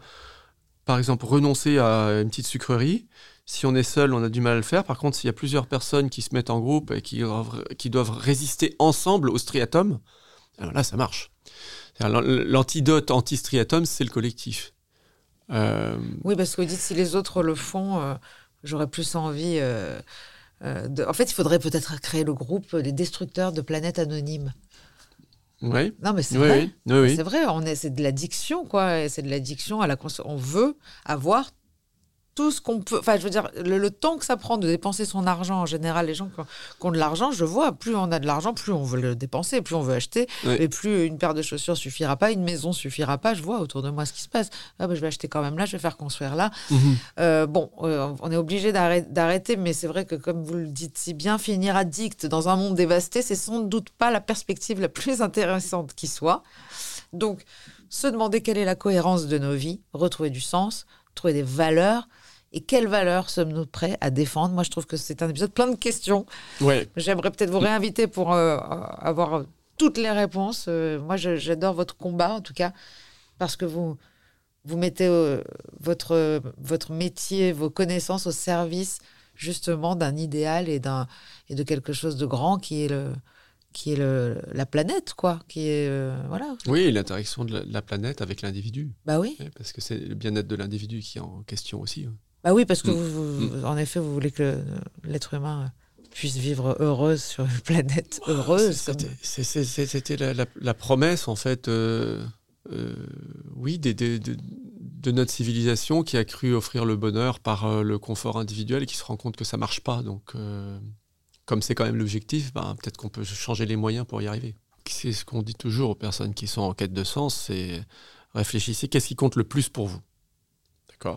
par exemple, renoncer à une petite sucrerie, si on est seul, on a du mal à le faire. Par contre, s'il y a plusieurs personnes qui se mettent en groupe et qui, qui doivent résister ensemble au striatum, alors là, ça marche. Alors, l'antidote anti-striatum, c'est le collectif. Euh... Oui, parce que vous dites, si les autres le font, euh, j'aurais plus envie... Euh, euh, de... En fait, il faudrait peut-être créer le groupe des destructeurs de planètes anonymes. Oui. Non, mais c'est oui, vrai. Oui, oui. C'est vrai, on est, c'est de l'addiction, quoi. Et c'est de l'addiction à la cons- On veut avoir tout ce qu'on peut. Enfin, je veux dire, le, le temps que ça prend de dépenser son argent, en général, les gens qui ont, qui ont de l'argent, je vois, plus on a de l'argent, plus on veut le dépenser, plus on veut acheter, oui. Et plus une paire de chaussures suffira pas, une maison suffira pas. Je vois autour de moi ce qui se passe. Ah, ben, je vais acheter quand même là, je vais faire construire là. Mm-hmm. Euh, bon, euh, on est obligé d'arrêter, d'arrêter, mais c'est vrai que, comme vous le dites si bien, finir addict dans un monde dévasté, c'est sans doute pas la perspective la plus intéressante qui soit. Donc, se demander quelle est la cohérence de nos vies, retrouver du sens, trouver des valeurs. Et quelles valeurs sommes-nous prêts à défendre ? Moi, je trouve que c'est un épisode plein de questions. Ouais. J'aimerais peut-être vous réinviter pour euh, avoir toutes les réponses. Euh, moi, je, j'adore votre combat, en tout cas, parce que vous, vous mettez euh, votre, votre métier, vos connaissances au service, justement, d'un idéal et, d'un, et de quelque chose de grand qui est, le, qui est le, la planète, quoi. Qui est, euh, voilà. Oui, l'interaction de la, de la planète avec l'individu. Bah oui. Parce que c'est le bien-être de l'individu qui est en question aussi. Hein. Bah oui, parce que, mmh. vous, vous, en effet, vous voulez que l'être humain puisse vivre heureuse sur une planète heureuse. C'était, comme... c'est, c'est, c'était la, la, la promesse, en fait, euh, euh, oui, des, des, de, de notre civilisation qui a cru offrir le bonheur par euh, le confort individuel et qui se rend compte que ça ne marche pas. Donc, euh, comme c'est quand même l'objectif, ben, peut-être qu'on peut changer les moyens pour y arriver. C'est ce qu'on dit toujours aux personnes qui sont en quête de sens, c'est réfléchissez, qu'est-ce qui compte le plus pour vous ? D'accord ?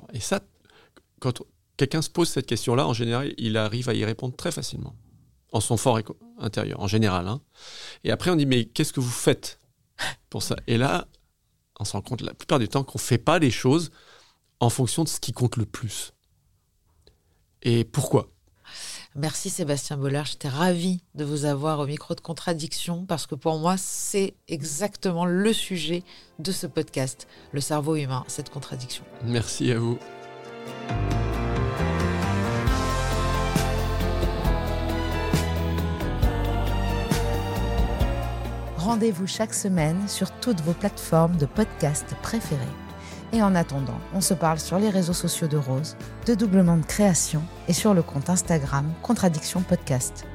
Et ça, quand quelqu'un se pose cette question-là, en général, il arrive à y répondre très facilement, en son fort éco- intérieur, en général. Hein. Et après, on dit, mais qu'est-ce que vous faites pour ça ? Et là, on se rend compte la plupart du temps qu'on ne fait pas les choses en fonction de ce qui compte le plus. Et pourquoi ? Merci Sébastien Bollard, j'étais ravie de vous avoir au micro de Contradiction parce que pour moi, c'est exactement le sujet de ce podcast, le cerveau humain, cette contradiction. Merci à vous. Rendez-vous chaque semaine sur toutes vos plateformes de podcast préférées. Et en attendant, on se parle sur les réseaux sociaux de Rose, de Double Monde Création et sur le compte Instagram Contradiction Podcast.